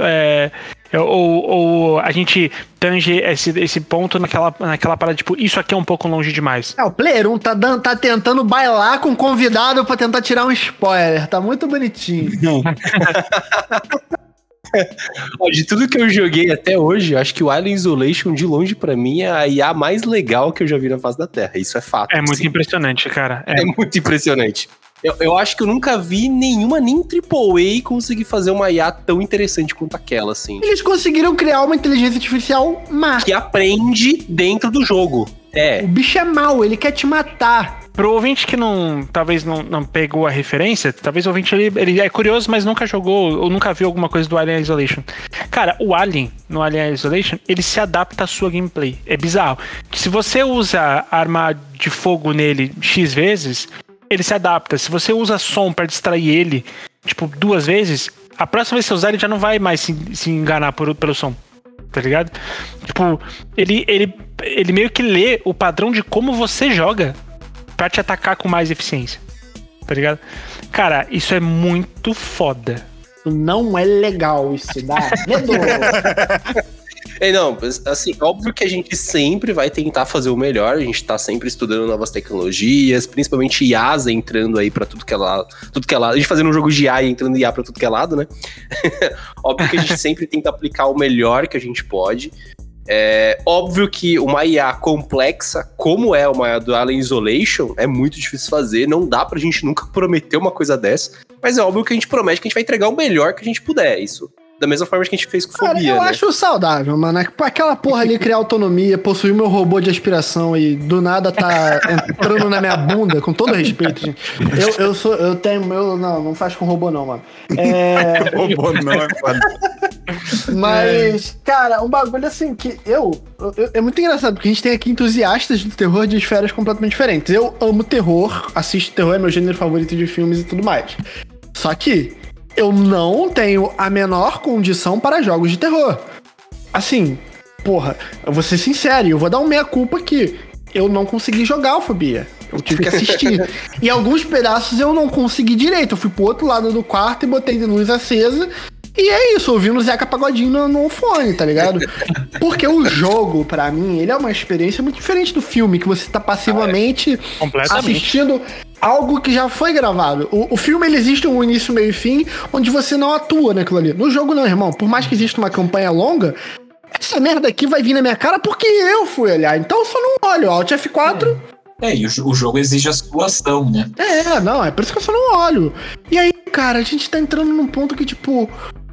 ou a gente tange esse ponto naquela parada, tipo, isso aqui é um pouco longe demais. O Player 1 tá tentando bailar com o convidado pra tentar tirar um spoiler, tá muito bonitinho. De tudo que eu joguei até hoje, eu acho que o Alien Isolation, de longe, pra mim, é a IA mais legal que eu já vi na face da Terra. Isso é fato. É muito impressionante, cara. É muito impressionante. Eu acho que eu nunca vi nenhuma, nem AAA, conseguir fazer uma IA tão interessante quanto aquela, assim. Eles conseguiram criar uma inteligência artificial má. Que aprende dentro do jogo. O bicho é mau, ele quer te matar. Pro ouvinte que talvez não pegou a referência, talvez o ouvinte ele é curioso, mas nunca jogou ou nunca viu alguma coisa do Alien Isolation. Cara, o Alien, no Alien Isolation, ele se adapta à sua gameplay. É bizarro. Se você usa arma de fogo nele X vezes, ele se adapta. Se você usa som pra distrair ele, tipo, 2 vezes, a próxima vez que você usar ele já não vai mais se enganar pelo som. Tá ligado? Tipo, ele meio que lê o padrão de como você joga pra te atacar com mais eficiência. Tá ligado? Cara, isso é muito foda. Não é legal, isso dá medo. Não, assim, óbvio que a gente sempre vai tentar fazer o melhor, a gente tá sempre estudando novas tecnologias, principalmente IAs entrando aí pra tudo que é lado. A gente fazendo um jogo de IA e entrando IA pra tudo que é lado, né? Óbvio que a gente sempre tenta aplicar o melhor que a gente pode. É óbvio que uma IA complexa, como é uma IA do Alien Isolation, é muito difícil fazer, não dá pra gente nunca prometer uma coisa dessa, mas é óbvio que a gente promete que a gente vai entregar o melhor que a gente puder, isso. Da mesma forma que a gente fez com Cara, Fobia, eu né? acho saudável, mano. Aquela porra ali criar autonomia, possuir meu robô de aspiração e do nada tá entrando na minha bunda, com todo respeito, gente. Eu tenho meu... Não faz com robô não, mano. Robô não, é foda. Mas, cara, um bagulho assim que é muito engraçado, porque a gente tem aqui entusiastas do terror de esferas completamente diferentes. Eu amo terror, assisto terror, é meu gênero favorito de filmes e tudo mais. Só que eu não tenho a menor condição para jogos de terror. Assim, porra, eu vou ser sincero, eu vou dar um meia-culpa aqui. Eu não consegui jogar o Fobia. Eu tive que assistir. E alguns pedaços eu não consegui direito. Eu fui pro outro lado do quarto e botei de luz acesa. E é isso, ouvindo o Zeca Pagodinho no fone, tá ligado? Porque o jogo, pra mim, ele é uma experiência muito diferente do filme, que você tá passivamente assistindo algo que já foi gravado. O filme, ele existe um início, meio e fim, onde você não atua naquilo ali. No jogo não, irmão. Por mais que exista uma campanha longa, essa merda aqui vai vir na minha cara porque eu fui olhar. Então eu só não olho. Alt F4... E o jogo exige a sua ação, né? É por isso que eu só não olho. E aí, cara, a gente tá entrando num ponto que, tipo...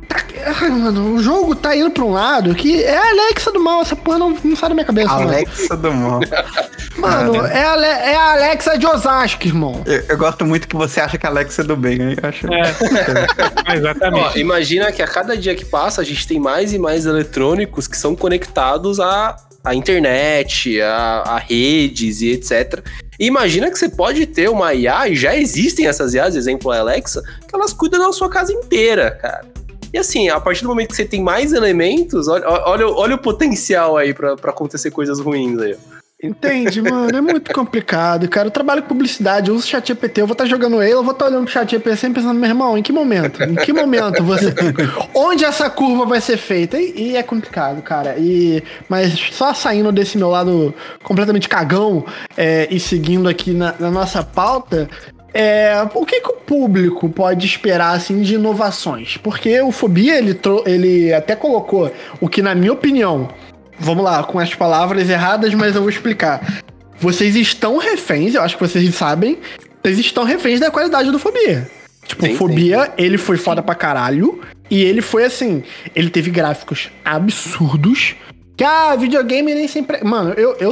Mano, o jogo tá indo pra um lado que é a Alexa do mal. Essa porra não sai da minha cabeça, Alexa do mal. Mano, é a Alexa de Osasco, irmão. Eu gosto muito que você acha que a Alexa é do bem, né? Eu acho... Exatamente. Ó, imagina que a cada dia que passa, a gente tem mais e mais eletrônicos que são conectados à internet, a redes e etc. E imagina que você pode ter uma IA, e já existem essas IAs, exemplo a Alexa, que elas cuidam da sua casa inteira, cara. E assim, a partir do momento que você tem mais elementos, olha o potencial aí pra acontecer coisas ruins aí. Entende, mano? É muito complicado, cara. Eu trabalho com publicidade, eu uso ChatGPT, eu vou estar jogando ele, eu vou estar olhando pro ChatGPT sempre pensando, meu irmão, em que momento? Em que momento você... Onde essa curva vai ser feita? E é complicado, cara. Mas só saindo desse meu lado completamente cagão e seguindo aqui na nossa pauta... o que o público pode esperar, assim, de inovações? Porque o Fobia, ele até colocou o que, na minha opinião, vamos lá, com as palavras erradas, mas eu vou explicar. Vocês estão reféns, eu acho que vocês sabem, vocês estão reféns da qualidade do Fobia. Tipo, o Fobia, ele foi foda pra caralho, e ele foi, assim, ele teve gráficos absurdos, que, videogame nem sempre... Mano,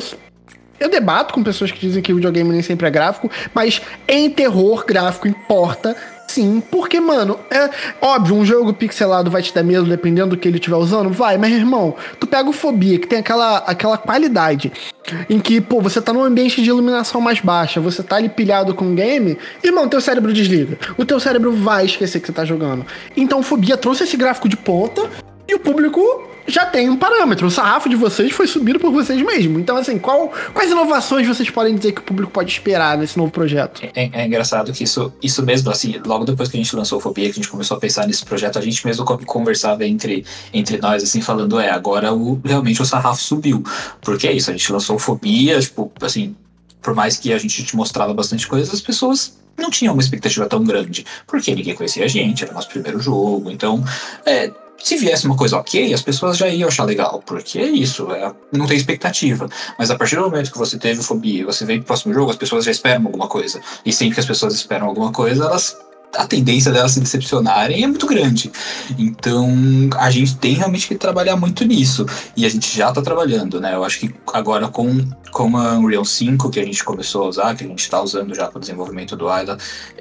eu debato com pessoas que dizem que o videogame nem sempre é gráfico, mas em terror, gráfico importa, sim, porque, mano, é óbvio, um jogo pixelado vai te dar medo dependendo do que ele estiver usando, vai, mas, irmão, tu pega o Fobia, que tem aquela qualidade, em que, pô, você tá num ambiente de iluminação mais baixa, você tá ali pilhado com o game, irmão, teu cérebro desliga, o teu cérebro vai esquecer que você tá jogando. Então, o Fobia trouxe esse gráfico de ponta, e o público já tem um parâmetro. O sarrafo de vocês foi subido por vocês mesmos. Então, assim, quais inovações vocês podem dizer que o público pode esperar nesse novo projeto? É engraçado que isso mesmo, assim, logo depois que a gente lançou o Fobia, que a gente começou a pensar nesse projeto, a gente mesmo conversava entre nós, assim, falando, agora realmente o sarrafo subiu. Porque é isso, a gente lançou o Fobia, tipo, assim, por mais que a gente te mostrava bastante coisa, as pessoas não tinham uma expectativa tão grande. Porque ninguém conhecia a gente, era o nosso primeiro jogo. Então, se viesse uma coisa ok, as pessoas já iam achar legal, porque é isso, não tem expectativa. Mas a partir do momento que você teve Fobia e você vem pro próximo jogo, as pessoas já esperam alguma coisa. E sempre que as pessoas esperam alguma coisa, a tendência delas se decepcionarem é muito grande. Então, a gente tem realmente que trabalhar muito nisso. E a gente já tá trabalhando, né? Eu acho que agora com a Unreal 5, que a gente começou a usar, que a gente tá usando já para o desenvolvimento do Ayla,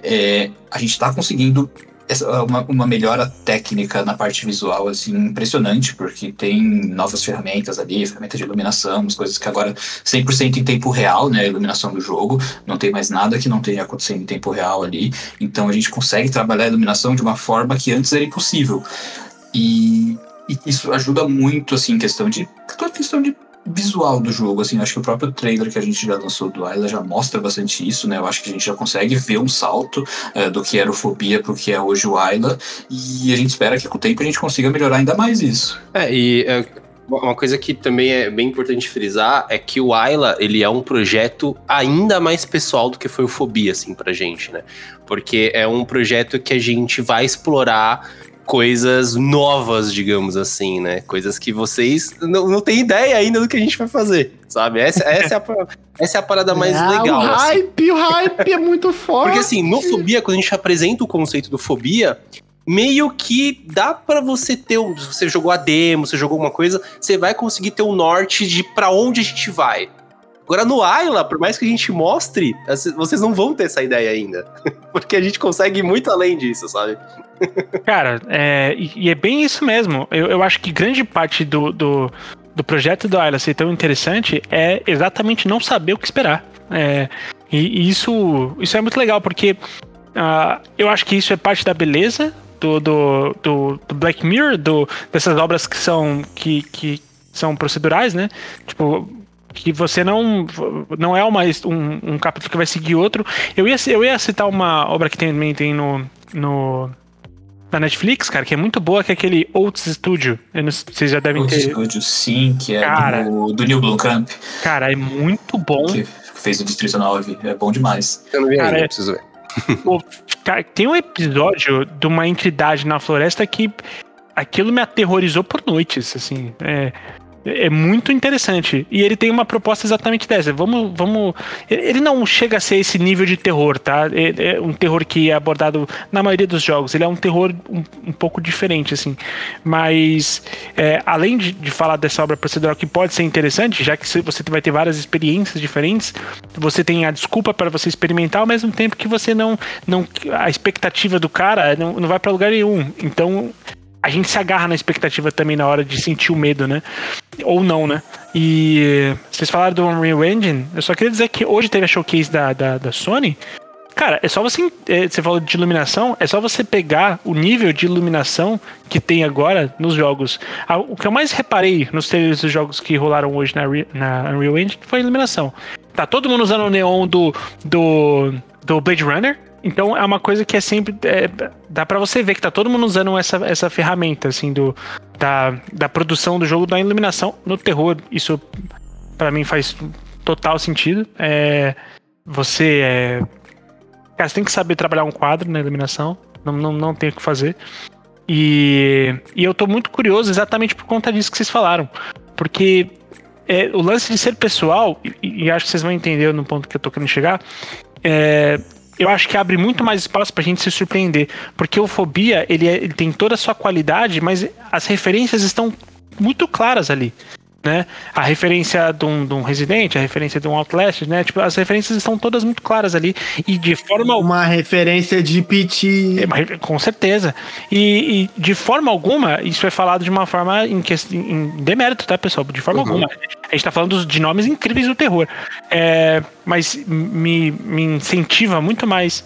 a gente tá conseguindo uma melhora técnica na parte visual, assim, impressionante, porque tem novas ferramentas ali, ferramenta de iluminação, umas coisas que agora 100% em tempo real, né, a iluminação do jogo, não tem mais nada que não tenha acontecendo em tempo real ali, então a gente consegue trabalhar a iluminação de uma forma que antes era impossível, e isso ajuda muito, assim, toda questão de visual do jogo, assim, acho que o próprio trailer que a gente já lançou do Ayla já mostra bastante isso, né, eu acho que a gente já consegue ver um salto do que era o Fobia pro que é hoje o Ayla, e a gente espera que com o tempo a gente consiga melhorar ainda mais isso. Uma coisa que também é bem importante frisar é que o Ayla, ele é um projeto ainda mais pessoal do que foi o Fobia, assim, pra gente, né, porque é um projeto que a gente vai explorar coisas novas, digamos assim, né? Coisas que vocês não têm ideia ainda do que a gente vai fazer, sabe? Essa é a parada mais legal. O hype é muito forte. Porque assim, no Fobia, quando a gente apresenta o conceito do Fobia, meio que dá pra você ter, se você jogou a demo, você jogou alguma coisa, você vai conseguir ter um norte de pra onde a gente vai. Agora no Ayla, por mais que a gente mostre, vocês não vão ter essa ideia ainda. Porque a gente consegue ir muito além disso, sabe? Cara, e é bem isso mesmo. Eu acho que grande parte do projeto do Ayla ser tão interessante é exatamente não saber o que esperar. E isso é muito legal, porque eu acho que isso é parte da beleza do Black Mirror, dessas obras que são procedurais, né? Tipo, que você não é um capítulo que vai seguir outro. Eu ia citar uma obra que também tem na Netflix, cara, que é muito boa, que é aquele Oats Studio. Vocês já devem ter... Oats Studio, sim, que é cara, do Neil Blomkamp. Cara, é muito bom. Que fez o Distrito 9, é bom demais. Eu não vi ainda, preciso ver. Pô, cara, tem um episódio de uma entidade na floresta que aquilo me aterrorizou por noites, assim. É muito interessante. E ele tem uma proposta exatamente dessa. Ele não chega a ser esse nível de terror, tá? É um terror que é abordado na maioria dos jogos. Ele é um terror um pouco diferente, assim. Mas, além de falar dessa obra procedural que pode ser interessante, já que você vai ter várias experiências diferentes, você tem a desculpa para você experimentar, ao mesmo tempo que você não a expectativa do cara não vai para lugar nenhum. Então, a gente se agarra na expectativa também na hora de sentir o medo, né? Ou não, né? E vocês falaram do Unreal Engine, eu só queria dizer que hoje teve a showcase da Sony. Cara, é só você... Você falou de iluminação, é só você pegar o nível de iluminação que tem agora nos jogos. O que eu mais reparei nos trailers dos jogos que rolaram hoje na Unreal Engine foi a iluminação. Tá todo mundo usando o neon do Blade Runner. Então é uma coisa que é sempre... dá pra você ver que tá todo mundo usando essa ferramenta, assim, da produção do jogo, da iluminação. No terror, isso pra mim faz total sentido. Cara, você tem que saber trabalhar um quadro na iluminação. Não tem o que fazer. E eu tô muito curioso exatamente por conta disso que vocês falaram. Porque o lance de ser pessoal, e acho que vocês vão entender no ponto que eu tô querendo chegar, eu acho que abre muito mais espaço pra gente se surpreender. Porque o Fobia, ele tem toda a sua qualidade, mas as referências estão muito claras ali, né? A referência de um Resident, a referência de um Outlast, né? Tipo, as referências estão todas muito claras ali. E de forma... Uma referência de PT. Com certeza. E de forma alguma, isso é falado de uma forma em demérito, tá, pessoal? De forma alguma. A gente tá falando de nomes incríveis do terror. Mas me incentiva muito mais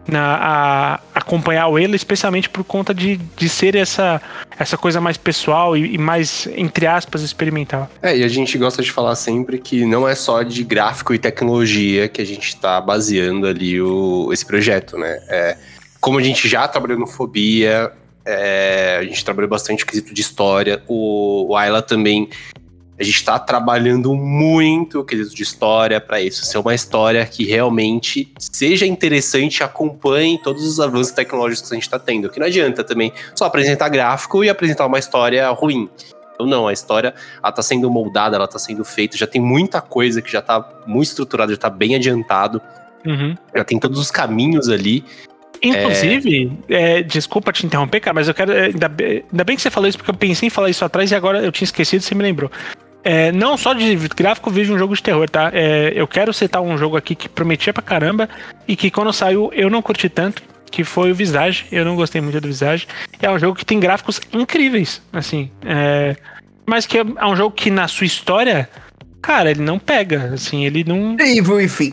a acompanhar o Ayla, especialmente por conta de ser essa coisa mais pessoal e mais, entre aspas, experimental. E a gente gosta de falar sempre que não é só de gráfico e tecnologia que a gente tá baseando ali esse projeto, né? Como a gente já trabalhou no Fobia, a gente trabalhou bastante no quesito de história, o Ayla também... A gente está trabalhando muito o quesito de história para isso ser uma história que realmente seja interessante e acompanhe todos os avanços tecnológicos que a gente está tendo. Que não adianta também só apresentar gráfico e apresentar uma história ruim. Então não, a história está sendo moldada, ela está sendo feita, já tem muita coisa que já está muito estruturada, já está bem adiantado. Já tem todos os caminhos ali. Inclusive, desculpa te interromper, cara, mas eu quero... Ainda bem que você falou isso, porque eu pensei em falar isso atrás e agora eu tinha esquecido, você me lembrou. Não só de gráfico vive um jogo de terror, tá? Eu quero citar um jogo aqui que prometia pra caramba e que quando saiu eu não curti tanto, que foi o Visage. Eu não gostei muito do Visage. É um jogo que tem gráficos incríveis, assim. Mas que é um jogo que na sua história, cara, ele não pega, assim, ele não... Evil, enfim.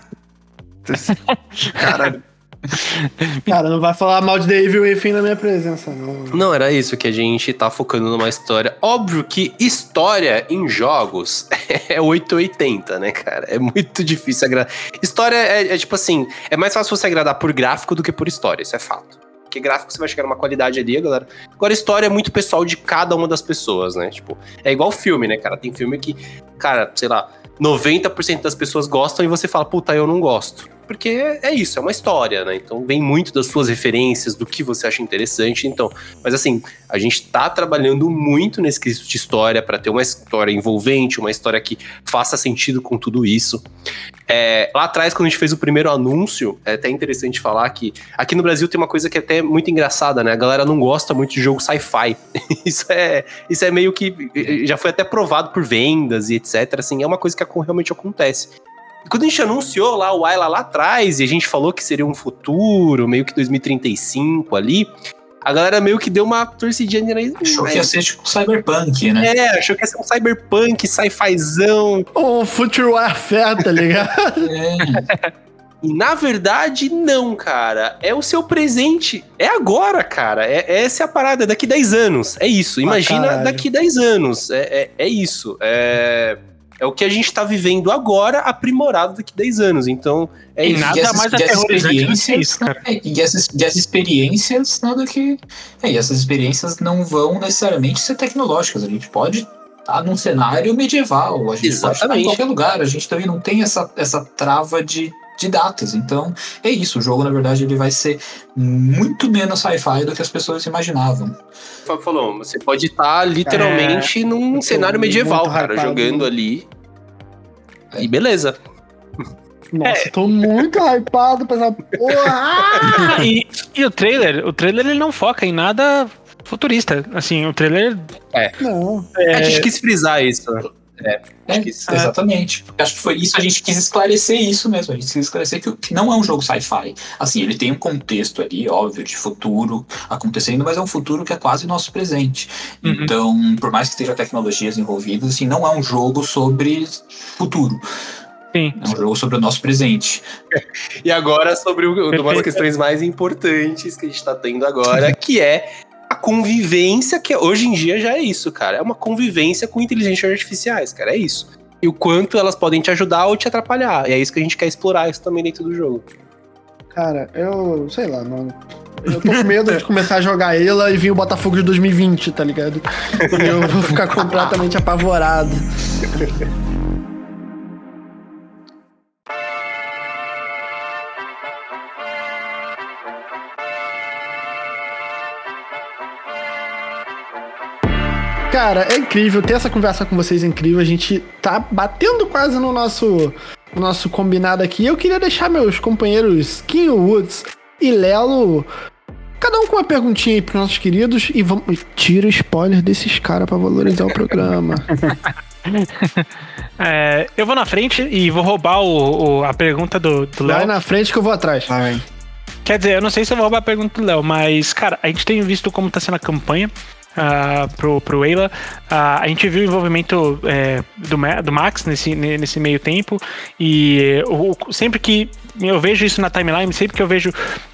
Caralho. Cara, não vai falar mal de The Evil Within na minha presença, não. Não, era isso, que a gente tá focando numa história. Óbvio que história em jogos é 880, né, cara? É muito difícil agradar. História é tipo assim, é mais fácil você agradar por gráfico do que por história, isso é fato. Porque gráfico você vai chegar numa qualidade ali, galera. Agora, história é muito pessoal de cada uma das pessoas, né? Tipo, é igual filme, né, cara? Tem filme que, cara, sei lá, 90% das pessoas gostam e você fala, puta, eu não gosto. porque é isso, é uma história, né? Então vem muito das suas referências, do que você acha interessante. Então, mas assim, a gente tá trabalhando muito nesse quesito de história para ter uma história envolvente, uma história que faça sentido com tudo isso. Lá atrás, quando a gente fez o primeiro anúncio, é até interessante falar que aqui no Brasil tem uma coisa que é até muito engraçada, né? A galera não gosta muito de jogo sci-fi. Isso é meio que já foi até provado por vendas e etc. Assim, é uma coisa que realmente acontece. E quando a gente anunciou lá o Ayla lá atrás, e a gente falou que seria um futuro, meio que 2035 ali, a galera meio que deu uma torcidinha aí. Achou que ia ser tipo Cyberpunk, né? Achou que ia ser um Cyberpunk, sci-fizão. Ou Future Warfare, tá ligado? E na verdade, não, cara. É o seu presente. É agora, cara. Essa é a parada. É daqui 10 anos. É isso. Imagina daqui 10 anos. É isso. É o que a gente tá vivendo agora, aprimorado daqui 10 anos. Então, e isso. nada mais aterrorizante do que isso, cara. E essas experiências, nada que... E essas experiências não vão necessariamente ser tecnológicas. A gente pode estar num cenário medieval. A gente pode estar em qualquer lugar. A gente também não tem essa trava de datas. Então, é isso. O jogo, na verdade, ele vai ser muito menos sci-fi do que as pessoas imaginavam. Falou, você pode estar literalmente num cenário medieval, cara, hypado, jogando ali. E beleza. Nossa, tô muito hypado pra essa porra. E o trailer ele não foca em nada futurista. Assim, o trailer... Não. A gente quis frisar isso. Exatamente. Acho que foi isso, a gente quis esclarecer isso mesmo. A gente quis esclarecer que não é um jogo sci-fi. Assim, ele tem um contexto ali, óbvio, de futuro acontecendo, mas é um futuro que é quase nosso presente. Uhum. Então, por mais que esteja tecnologias envolvidas, assim, não é um jogo sobre futuro. Sim. É um jogo sobre o nosso presente. E agora sobre uma das questões mais importantes que a gente tá tendo agora, que é a convivência, que hoje em dia já é isso, cara. É uma convivência com inteligências artificiais, cara. É isso. E o quanto elas podem te ajudar ou te atrapalhar. E é isso que a gente quer explorar isso também dentro do jogo. Cara, eu... sei lá, mano. Eu tô com medo de começar a jogar ela e vir o Botafogo de 2020, tá ligado? Eu vou ficar completamente apavorado. Cara, é incrível, ter essa conversa com vocês é incrível, a gente tá batendo quase no nosso combinado aqui. Eu queria deixar meus companheiros Kim Woods e Lelo, cada um com uma perguntinha aí pros nossos queridos, e vamos... Tira o spoiler desses caras pra valorizar o programa. Eu vou na frente e vou roubar a pergunta do Léo. Vai na frente que eu vou atrás. Vai. Quer dizer, eu não sei se eu vou roubar a pergunta do Léo, mas, cara, a gente tem visto como tá sendo a campanha pro Ayla. A gente viu o envolvimento do Max nesse meio tempo, e sempre que eu vejo isso na timeline, sempre que eu vejo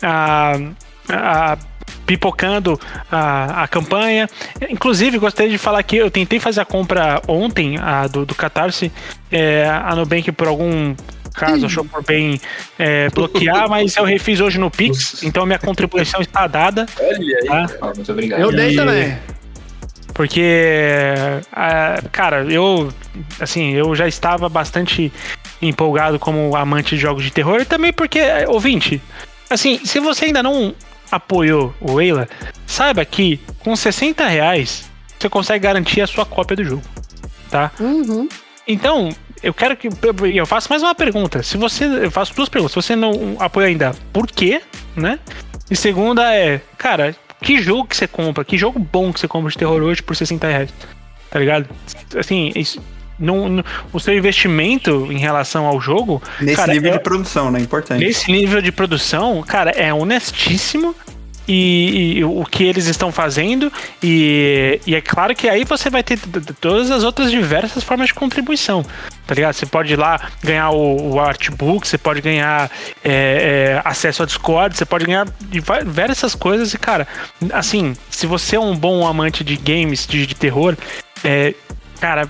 pipocando a campanha, inclusive gostaria de falar que eu tentei fazer a compra ontem do Catarse, a Nubank por algum caso achou por bem bloquear, mas eu refiz hoje no Pix, então minha contribuição está dada. Olha aí, tá? Muito obrigado. Eu dei também. Porque, cara, eu já estava bastante empolgado como amante de jogos de terror, e também porque, ouvinte, assim, se você ainda não apoiou o Ayla, saiba que com R$60 você consegue garantir a sua cópia do jogo, tá? Uhum. Então, eu faço mais uma pergunta. Eu faço duas perguntas. Se você não apoia ainda, por quê, né? E segunda cara, que jogo que você compra? Que jogo bom que você compra de terror hoje por R$60? Tá ligado? Assim, o seu investimento em relação ao jogo... Nesse nível de produção, né? Importante. Nesse nível de produção, cara, é honestíssimo. E o que eles estão fazendo, e é claro que aí você vai ter todas as outras diversas formas de contribuição, tá ligado? Você pode ir lá ganhar o artbook, você pode ganhar acesso ao Discord, você pode ganhar diversas coisas. E cara, assim, se você é um bom amante de games de terror, cara,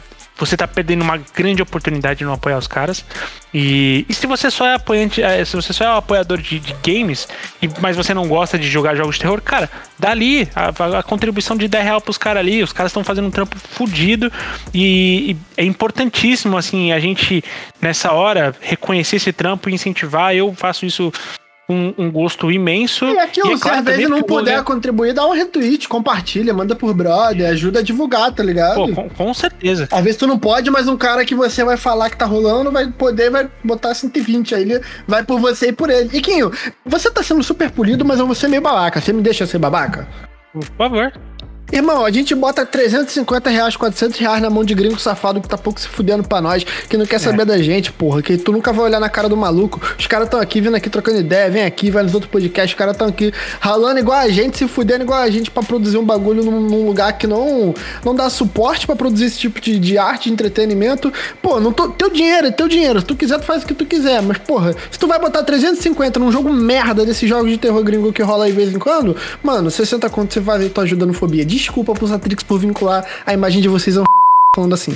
você tá perdendo uma grande oportunidade de não apoiar os caras. E se você só é apoiante, se você só é um apoiador de games, mas você não gosta de jogar jogos de terror, cara, dá ali a contribuição de R$10 pros caras ali. Os caras estão fazendo um trampo fudido e é importantíssimo, assim, a gente, nessa hora, reconhecer esse trampo e incentivar. Eu faço isso com um gosto imenso. E aquilo, se às vezes não puder contribuir, dá um retweet, compartilha, manda por brother, ajuda a divulgar, tá ligado? Pô, com certeza. Às vezes tu não pode, mas um cara que você vai falar que tá rolando vai poder, vai botar 120, aí ele vai por você e por ele. E Quinho, você tá sendo super polido, mas eu vou ser meio babaca. Você me deixa ser babaca? Por favor. Irmão, a gente bota R$350, R$400 na mão de gringo safado que tá pouco se fudendo pra nós, que não quer saber da gente, porra, que tu nunca vai olhar na cara do maluco. Os caras tão aqui, vindo aqui trocando ideia, vem aqui, vai nos outros podcasts, os caras tão aqui ralando igual a gente, se fudendo igual a gente pra produzir um bagulho num lugar que não dá suporte pra produzir esse tipo de arte, de entretenimento. Pô, teu dinheiro é teu dinheiro. Se tu quiser, tu faz o que tu quiser. Mas, porra, se tu vai botar 350 num jogo merda desses jogos de terror gringo que rola aí de vez em quando, mano, 60 conto você vai ver tua ajuda no Fobia. Desculpa pros Atrix por vincular a imagem de vocês a falando assim.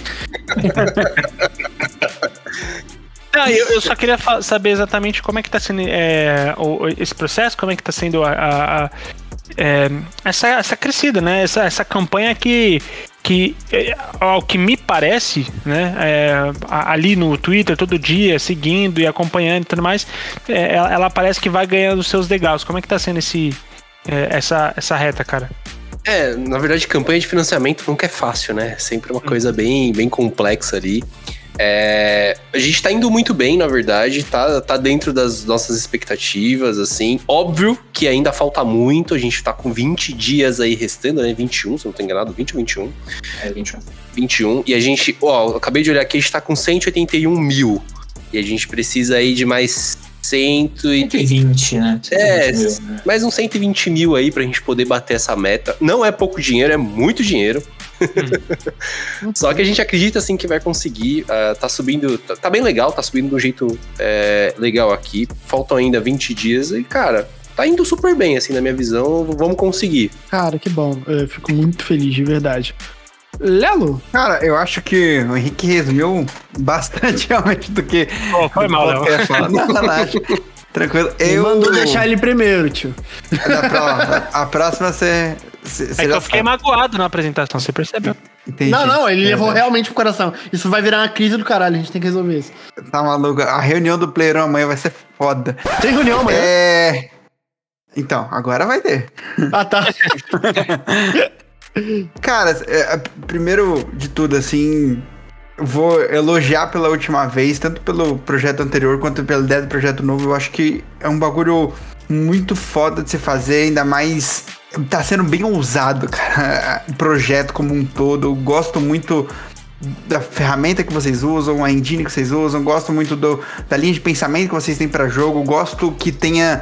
Não, eu só queria saber exatamente como é que tá sendo esse processo, como é que tá sendo essa crescida, né? Essa campanha que ao que me parece, né? Ali no Twitter, todo dia, seguindo e acompanhando e tudo mais, ela parece que vai ganhando os seus degraus. Como é que tá sendo essa reta, cara? Na verdade, campanha de financiamento nunca é fácil, né? É sempre uma coisa bem, bem complexa ali. A gente tá indo muito bem, na verdade, tá dentro das nossas expectativas, assim. Óbvio que ainda falta muito, a gente tá com 20 dias aí restando, né? 21, se eu não tô enganado, 20 ou 21? 21. 21, e a gente, eu acabei de olhar aqui, a gente tá com 181 mil. E a gente precisa aí de mais 120, né? 120 mil, né? Mais uns 120 mil aí pra gente poder bater essa meta. Não é pouco dinheiro, é muito dinheiro. Só que a gente acredita assim que vai conseguir. Tá subindo, tá bem legal, tá subindo de um jeito legal aqui. Faltam ainda 20 dias e, cara, tá indo super bem, assim, na minha visão. Vamos conseguir. Cara, que bom. Eu fico muito feliz, de verdade. Lelo? Cara, eu acho que o Henrique resumiu bastante realmente do que... Foi mal, Léo. Não, acho. Tranquilo. Mandou deixar ele primeiro, tio. A próxima você que eu fiquei magoado na apresentação, você percebeu? Entendi. Não, ele levou realmente pro coração. Isso vai virar uma crise do caralho, a gente tem que resolver isso. Tá maluco. A reunião do Playerão amanhã vai ser foda. Tem reunião amanhã? Então, agora vai ter. Ah, tá. Cara, primeiro de tudo, assim, vou elogiar pela última vez, tanto pelo projeto anterior quanto pela ideia do projeto novo. Eu acho que é um bagulho muito foda de se fazer, ainda mais tá sendo bem ousado, cara, o projeto como um todo. Eu gosto muito da ferramenta que vocês usam, a engine que vocês usam, gosto muito da linha de pensamento que vocês têm pra jogo, gosto que tenha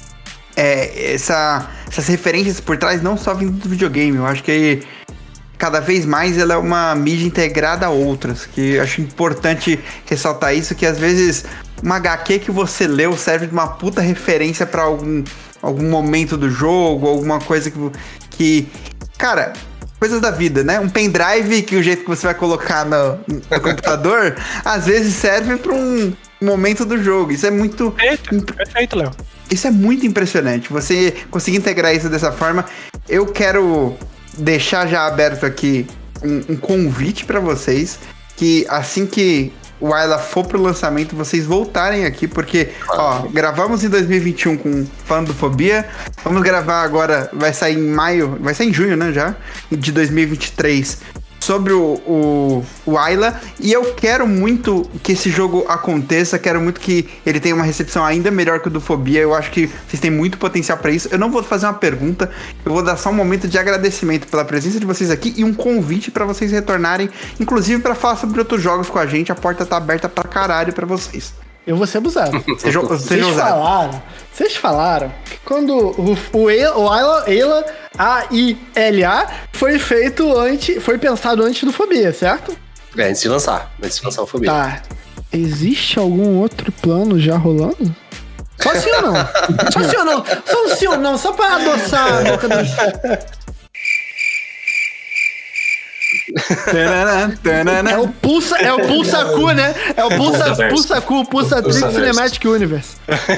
essas referências por trás, não só vindo do videogame. Eu acho que cada vez mais ela é uma mídia integrada a outras, que eu acho importante ressaltar isso, que às vezes uma HQ que você leu serve de uma puta referência pra algum momento do jogo, alguma coisa que cara, coisas da vida, né? Um pendrive que o jeito que você vai colocar no computador, às vezes serve pra um momento do jogo. Isso é muito... Perfeito, Léo. Isso é muito impressionante, você conseguir integrar isso dessa forma. Eu quero deixar já aberto aqui um convite pra vocês, que assim que o Ayla for pro lançamento, vocês voltarem aqui, porque, gravamos em 2021 com Falando do Fobia, vamos gravar agora, vai sair em junho, né, já, de 2023, sobre o Ayla, e eu quero muito que esse jogo aconteça, quero muito que ele tenha uma recepção ainda melhor que o do Fobia. Eu acho que vocês têm muito potencial pra isso. Eu não vou fazer uma pergunta, eu vou dar só um momento de agradecimento pela presença de vocês aqui e um convite pra vocês retornarem, inclusive pra falar sobre outros jogos com a gente. A porta tá aberta pra caralho pra vocês. Eu vou ser abusado. Vocês falaram que quando o Ayla, A-I-L-A, foi pensado antes do Fobia, certo? Antes de lançar o Fobia. Tá. Existe algum outro plano já rolando? Só sim ou não? Só sim ou não? Só um sim ou não? Só pra adoçar a boca do... É o Pulsa-Cu, né? É o Pulsa-Cu, Pulsatrix Cinematic Universe.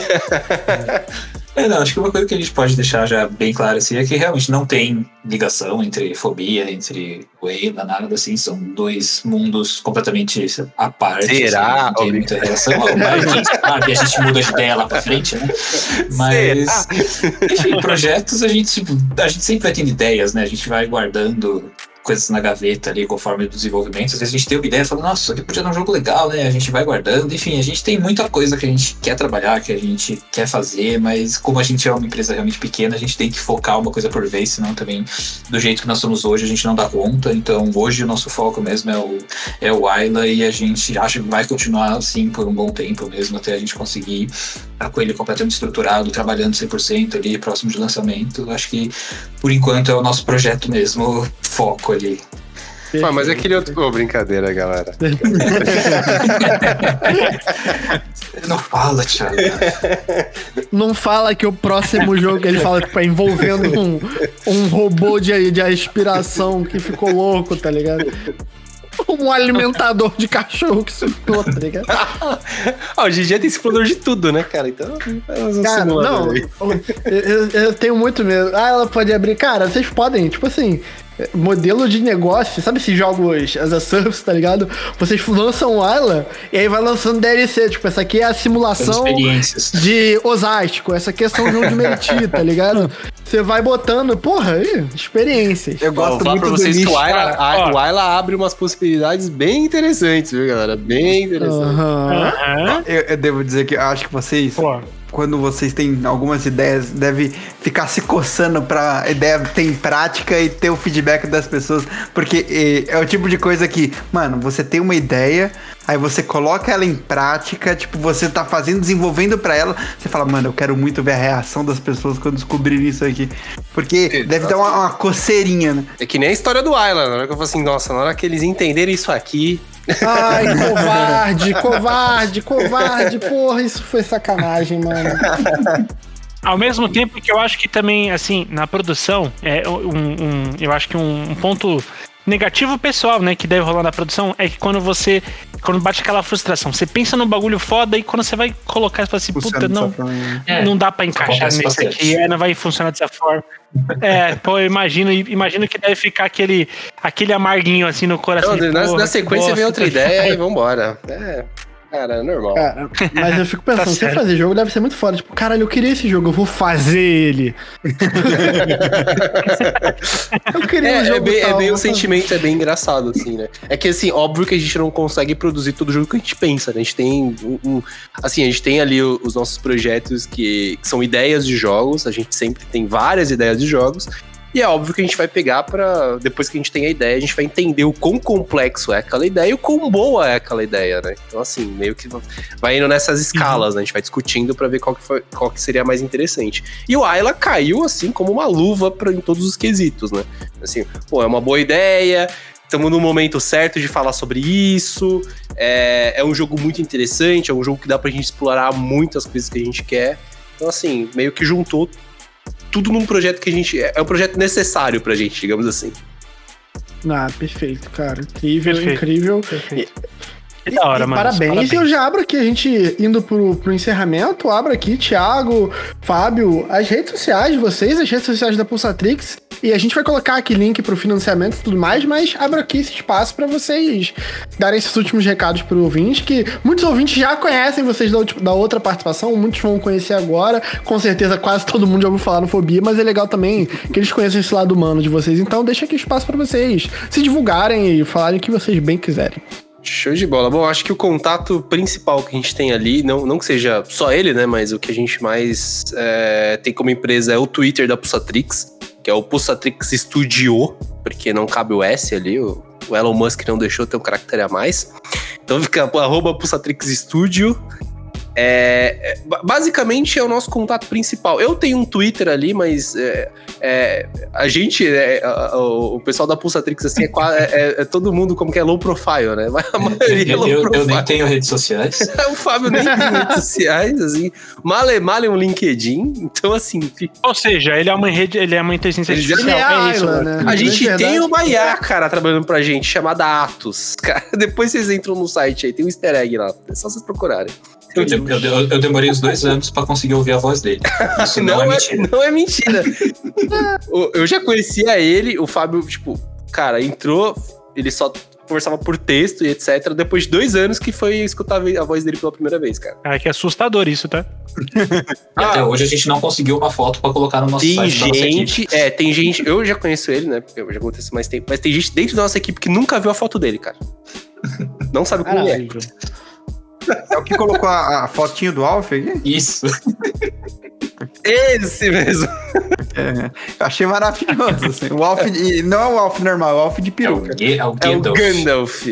Não, acho que uma coisa que a gente pode deixar já bem claro assim é que realmente não tem ligação entre Fobia, entre Wayla, nada assim, são dois mundos completamente à parte. Será? Assim, não tem muita relação. Mas a gente sabe, a gente muda de ideia lá pra frente, né? Mas, enfim, projetos a gente sempre vai tendo ideias, né? A gente vai guardando coisas na gaveta ali conforme o desenvolvimento. Às vezes a gente tem uma ideia e fala, nossa, isso aqui podia dar um jogo legal, né? A gente vai guardando. Enfim, a gente tem muita coisa que a gente quer trabalhar, que a gente quer fazer, mas como a gente é uma empresa realmente pequena, a gente tem que focar uma coisa por vez, senão também, do jeito que nós somos hoje, a gente não dá conta. Então, hoje o nosso foco mesmo é o Wayla e a gente acha que vai continuar assim por um bom tempo mesmo, até a gente conseguir estar com ele completamente estruturado, trabalhando 100% ali, próximo de lançamento. Acho que, por enquanto, é o nosso projeto mesmo, foco ali. Pô, mas aquele outro... brincadeira, galera. Não fala, Thiago. Não fala que o próximo jogo, ele fala que envolvendo um robô de aspiração que ficou louco, tá ligado? Um alimentador de cachorro que surtou, tá ligado? Hoje em dia tem simulador de tudo, né, cara? Então, cara, não, eu tenho muito medo. Ela pode abrir. Cara, vocês podem, tipo assim, modelo de negócio, sabe esses jogos as a service, tá ligado? Vocês lançam ela e aí vai lançando DLC, tipo, essa aqui é a simulação de Osasco, essa aqui é São João de Meriti, tá ligado? Você vai botando, porra, aí, experiências. Eu gosto muito pra vocês do nicho, que o Wayla abre umas possibilidades bem interessantes, viu, galera? Bem interessantes. Eu devo dizer que eu acho que vocês... Quando vocês têm algumas ideias, deve ficar se coçando pra ideia ter em prática e ter o feedback das pessoas, porque é o tipo de coisa que, mano, você tem uma ideia, aí você coloca ela em prática, tipo, você tá desenvolvendo pra ela, você fala, mano, eu quero muito ver a reação das pessoas quando descobrirem isso aqui, porque deve dar uma coceirinha, né? É que nem a história do Wayla, na hora que eu falo assim, nossa, na hora que eles entenderem isso aqui... Ai, covarde, porra, isso foi sacanagem, mano. Ao mesmo tempo que eu acho que também, assim, na produção, eu acho que um ponto negativo pessoal, né, que deve rolar na produção é que quando bate aquela frustração, você pensa num bagulho foda e quando você vai colocar, você fala assim, puta, não dá pra encaixar nesse aqui, não vai funcionar dessa forma. Pô, eu imagino que deve ficar aquele amarguinho assim no coração. Na sequência vem outra ideia e vambora. Cara, é normal. Cara, mas eu fico pensando, você fazer jogo deve ser muito foda. Tipo, caralho, eu queria esse jogo, eu vou fazer ele. Eu queria um jogo tal, bem um sentimento, é bem engraçado, assim, né? É que, assim, óbvio que a gente não consegue produzir todo jogo que a gente pensa, né? A gente tem a gente tem ali os nossos projetos que são ideias de jogos, a gente sempre tem várias ideias de jogos. E é óbvio que a gente vai pegar depois que a gente tem a ideia, a gente vai entender o quão complexo é aquela ideia e o quão boa é aquela ideia, né? Então, assim, meio que vai indo nessas escalas, né? A gente vai discutindo pra ver qual que seria mais interessante. E o Wayla caiu, assim, como uma luva em todos os quesitos, né? Assim, pô, é uma boa ideia, estamos no momento certo de falar sobre isso, é um jogo muito interessante, é um jogo que dá pra gente explorar muitas coisas que a gente quer. Então, assim, meio que juntou tudo num projeto que a gente... É um projeto necessário pra gente, digamos assim. Perfeito, cara. Incrível. Perfeito. Que da hora, mano. Parabéns. E eu já abro aqui, a gente indo pro encerramento, abro aqui, Thiago, Fábio, as redes sociais de vocês, as redes sociais da Pulsatrix, e a gente vai colocar aqui link pro financiamento e tudo mais, mas abro aqui esse espaço pra vocês darem esses últimos recados pro ouvinte, que muitos ouvintes já conhecem vocês da outra participação, muitos vão conhecer agora, com certeza quase todo mundo já ouviu falar no Fobia, mas é legal também que eles conheçam esse lado humano de vocês, então deixa aqui espaço pra vocês se divulgarem e falarem o que vocês bem quiserem. Show de bola. Bom, acho que o contato principal que a gente tem ali, não que seja só ele, né, mas o que a gente mais tem como empresa é o Twitter da Pulsatrix, que é o Pulsatrix Studio, porque não cabe o S ali, o Elon Musk não deixou ter um caractere a mais. Então fica @Pulsatrix Studio. Basicamente é o nosso contato principal. Eu tenho um Twitter ali, mas a gente, o pessoal da Pulsatrix, assim, é todo mundo como que é low profile, né? A maioria é low profile. Eu nem tenho redes sociais. O Fábio nem tem redes sociais, assim. Male um LinkedIn, então assim... Ou seja, ele é uma inteligência artificial. É isso, né? A gente tem uma IA, cara, trabalhando pra gente, chamada Atos. Cara, depois vocês entram no site aí, tem um easter egg lá. É só vocês procurarem. Eu demorei uns 2 anos pra conseguir ouvir a voz dele. Isso não é mentira. Não é mentira. Eu já conhecia ele, o Fábio, tipo, cara, entrou, ele só conversava por texto e etc. Depois de 2 anos que foi escutar a voz dele pela primeira vez, cara. Cara, que assustador isso, tá? E até hoje a gente não conseguiu uma foto pra colocar no nosso site. Tem gente, eu já conheço ele, né? Porque eu já aconteceu mais tempo, mas tem gente dentro da nossa equipe que nunca viu a foto dele, cara. Não sabe como ele é. É o que colocou a fotinho do Alf aqui? Isso. Esse mesmo. Eu achei maravilhoso, assim. O Alf, e não é o Alf normal, é o Alf de peruca. É o Gandalf.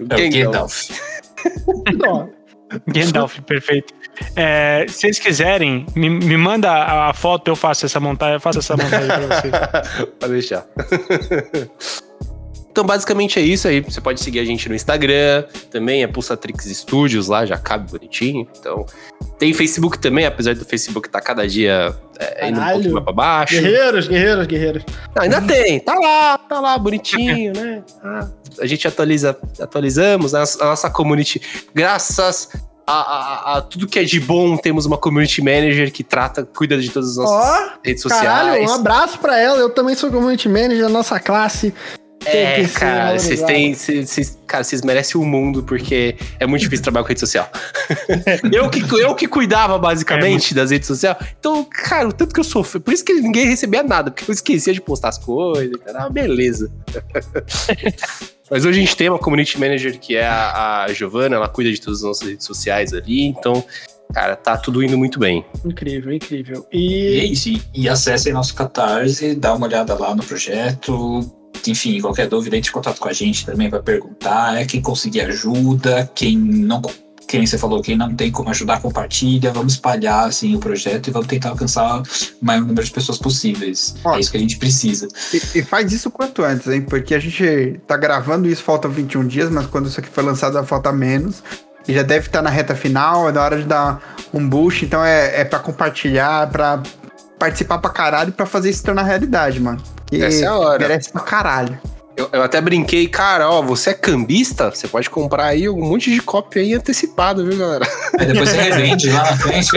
Gandalf, perfeito. Se vocês quiserem, me manda a foto, eu faço essa montagem pra vocês. Pode deixar. Então, basicamente é isso aí. Você pode seguir a gente no Instagram, também é Pulsatrix Studios lá, já cabe bonitinho. Então, tem Facebook também, apesar do Facebook tá cada dia indo um pouquinho mais pra baixo. Guerreiros. Não, ainda tem, tá lá, bonitinho, né? A gente atualizamos a nossa community. Graças a tudo que é de bom, temos uma community manager que cuida de todas as nossas redes sociais. Caralho, um abraço pra ela, eu também sou community manager da nossa classe. Cara, vocês merecem o mundo, porque é muito difícil trabalhar com rede social. eu que cuidava, basicamente, das redes sociais. Então, cara, o tanto que eu sofri. Por isso que ninguém recebia nada, porque eu esquecia de postar as coisas. Era uma beleza. Mas hoje a gente tem uma community manager que é a Giovana, ela cuida de todas as nossas redes sociais ali, então... Cara, tá tudo indo muito bem. Incrível. E é isso. E acessem nosso Catarse, dá uma olhada lá no projeto. Enfim, qualquer dúvida, entre em contato com a gente também, vai perguntar. Quem conseguir ajuda, quem você falou, quem não tem como ajudar, compartilha. Vamos espalhar assim, o projeto e vamos tentar alcançar o maior número de pessoas possíveis. É isso que a gente precisa. E faz isso quanto antes, hein? Porque a gente tá gravando isso, faltam 21 dias, mas quando isso aqui foi lançado vai faltar menos. E já deve estar na reta final, é na hora de dar um boost. Então é pra compartilhar, pra participar pra caralho e pra fazer isso se tornar realidade, mano. Que essa é a hora. Merece pra caralho. Eu até brinquei, cara, você é cambista? Você pode comprar aí um monte de cópia aí antecipado, viu, galera? Aí depois você revende lá na frente.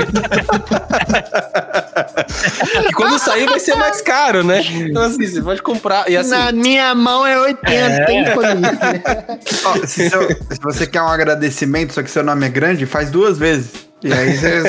E quando sair vai ser mais caro, né? Então assim, você pode comprar. E assim, na minha mão é 80, tem se você quer um agradecimento, só que seu nome é grande, faz 2 vezes. E aí você...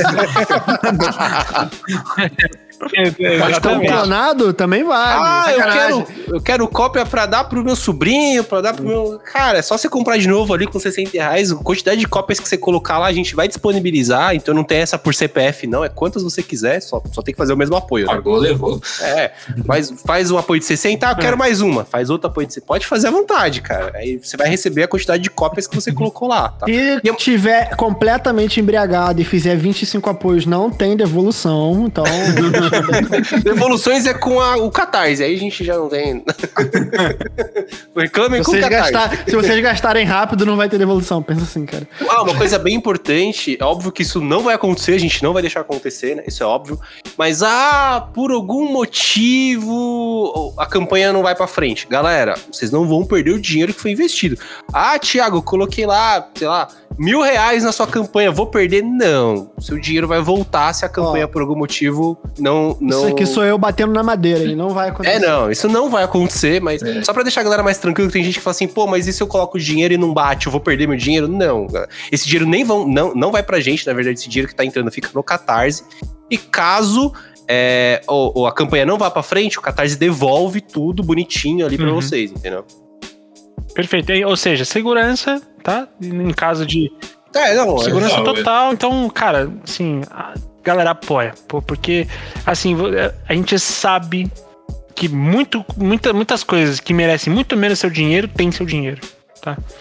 Pode ter um clonado, também vale. Eu quero cópia pra dar pro meu sobrinho, pra dar pro meu... Cara, é só você comprar de novo ali com R$60. A quantidade de cópias que você colocar lá, a gente vai disponibilizar. Então não tem essa por CPF, não. É quantas você quiser, só tem que fazer o mesmo apoio. Né? Pagou, levou. Mas faz um apoio de 60, eu quero mais uma. Faz outro apoio de 60. Pode fazer à vontade, cara. Aí você vai receber a quantidade de cópias que você colocou lá. Tá? Se tiver completamente embriagado e fizer 25 apoios, não tem devolução. Então... Devoluções é com o Catarse, aí a gente já não tem. Reclamem com o Catarse. Se vocês gastarem rápido, não vai ter devolução. Pensa assim, cara. Uma coisa bem importante, é óbvio que isso não vai acontecer, a gente não vai deixar acontecer, né? Isso é óbvio. Mas, por algum motivo, a campanha não vai pra frente. Galera, vocês não vão perder o dinheiro que foi investido. Thiago, eu coloquei lá, sei lá, R$1.000 na sua campanha, vou perder? Não. Seu dinheiro vai voltar se a campanha, por algum motivo, não... Isso aqui sou eu batendo na madeira, e não vai acontecer. Isso não vai acontecer, mas só pra deixar a galera mais tranquila, que tem gente que fala assim, mas e se eu coloco o dinheiro e não bate, eu vou perder meu dinheiro? Não, esse dinheiro não vai pra gente, na verdade, esse dinheiro que tá entrando fica no Catarse, e caso a campanha não vá pra frente, o Catarse devolve tudo bonitinho ali pra vocês, entendeu? Perfeito, ou seja, segurança, tá? Em caso de segurança total, então, cara, assim... Galera, apoia, porque assim, a gente sabe que muitas coisas que merecem muito menos seu dinheiro, tem seu dinheiro, tá?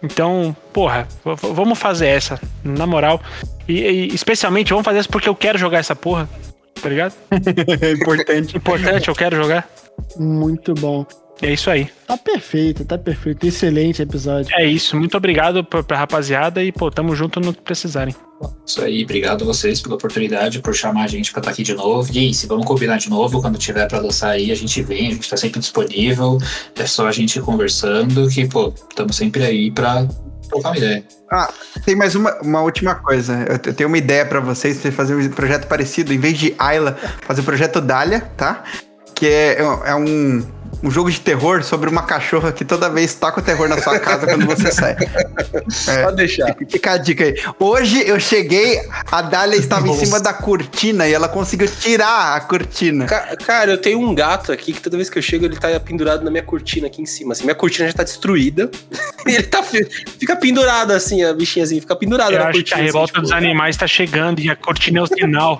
Então, porra, vamos fazer essa, na moral. E especialmente, vamos fazer essa porque eu quero jogar essa porra, tá ligado? Importante, eu quero jogar. Muito bom. É isso aí. Tá perfeito. Excelente episódio. É isso, muito obrigado pra rapaziada e, pô, tamo junto no que precisarem. Isso aí, obrigado a vocês pela oportunidade, por chamar a gente pra estar aqui de novo. E aí, se vamos combinar de novo, quando tiver pra lançar aí, a gente vem, a gente tá sempre disponível. É só a gente ir conversando, que, pô, estamos sempre aí pra trocar uma ideia. Tem mais uma última coisa. Eu tenho uma ideia pra vocês fazer um projeto parecido. Em vez de Ayla, fazer o projeto Dália, tá? Que é um jogo de terror sobre uma cachorra que toda vez taca o terror na sua casa quando você sai. Pode deixar. Fica a dica aí. Hoje eu cheguei, a Dália estava em cima da cortina e ela conseguiu tirar a cortina. Cara, eu tenho um gato aqui que toda vez que eu chego ele tá pendurado na minha cortina aqui em cima. Assim, minha cortina já tá destruída. E ele fica pendurado assim, a bichinha assim, fica pendurada na cortina. Eu acho que a revolta dos animais tá chegando e a cortina é o sinal.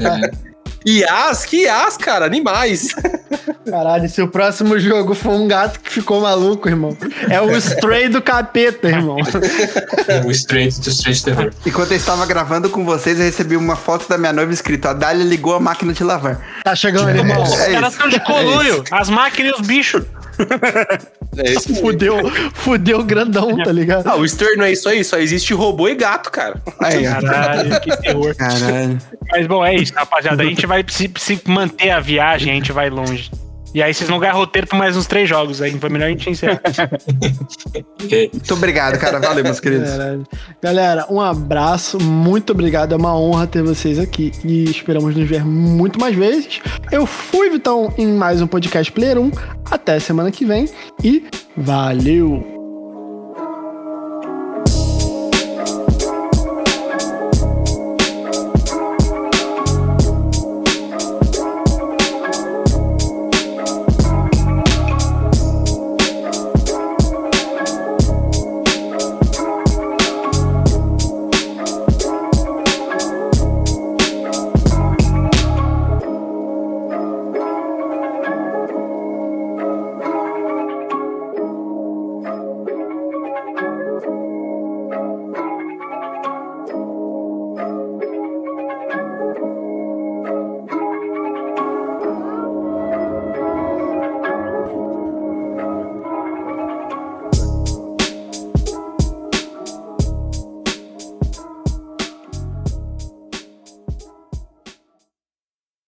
Que Ias, cara, animais. Caralho, se o próximo jogo for um gato que ficou maluco, irmão. É o Stray do capeta, irmão. O Stray do terror. Enquanto eu estava gravando com vocês, eu recebi uma foto da minha noiva escrito: a Dália ligou a máquina de lavar. Tá chegando, irmão. Os caras estão de colúrio, as máquinas e os bichos. É isso. Fudeu grandão, tá ligado? O Stray não é isso aí, só existe robô e gato, cara. Caralho, que terror. Caralho. Mas bom, é isso, rapaziada. A gente vai se manter a viagem, a gente vai longe. E aí vocês vão ganhar roteiro por mais uns 3 jogos. Aí foi melhor a gente encerrar. Muito obrigado, cara. Valeu, meus queridos. Galera, um abraço. Muito obrigado. É uma honra ter vocês aqui. E esperamos nos ver muito mais vezes. Eu fui, Vitão, em mais um podcast Player 1. Até semana que vem. E valeu!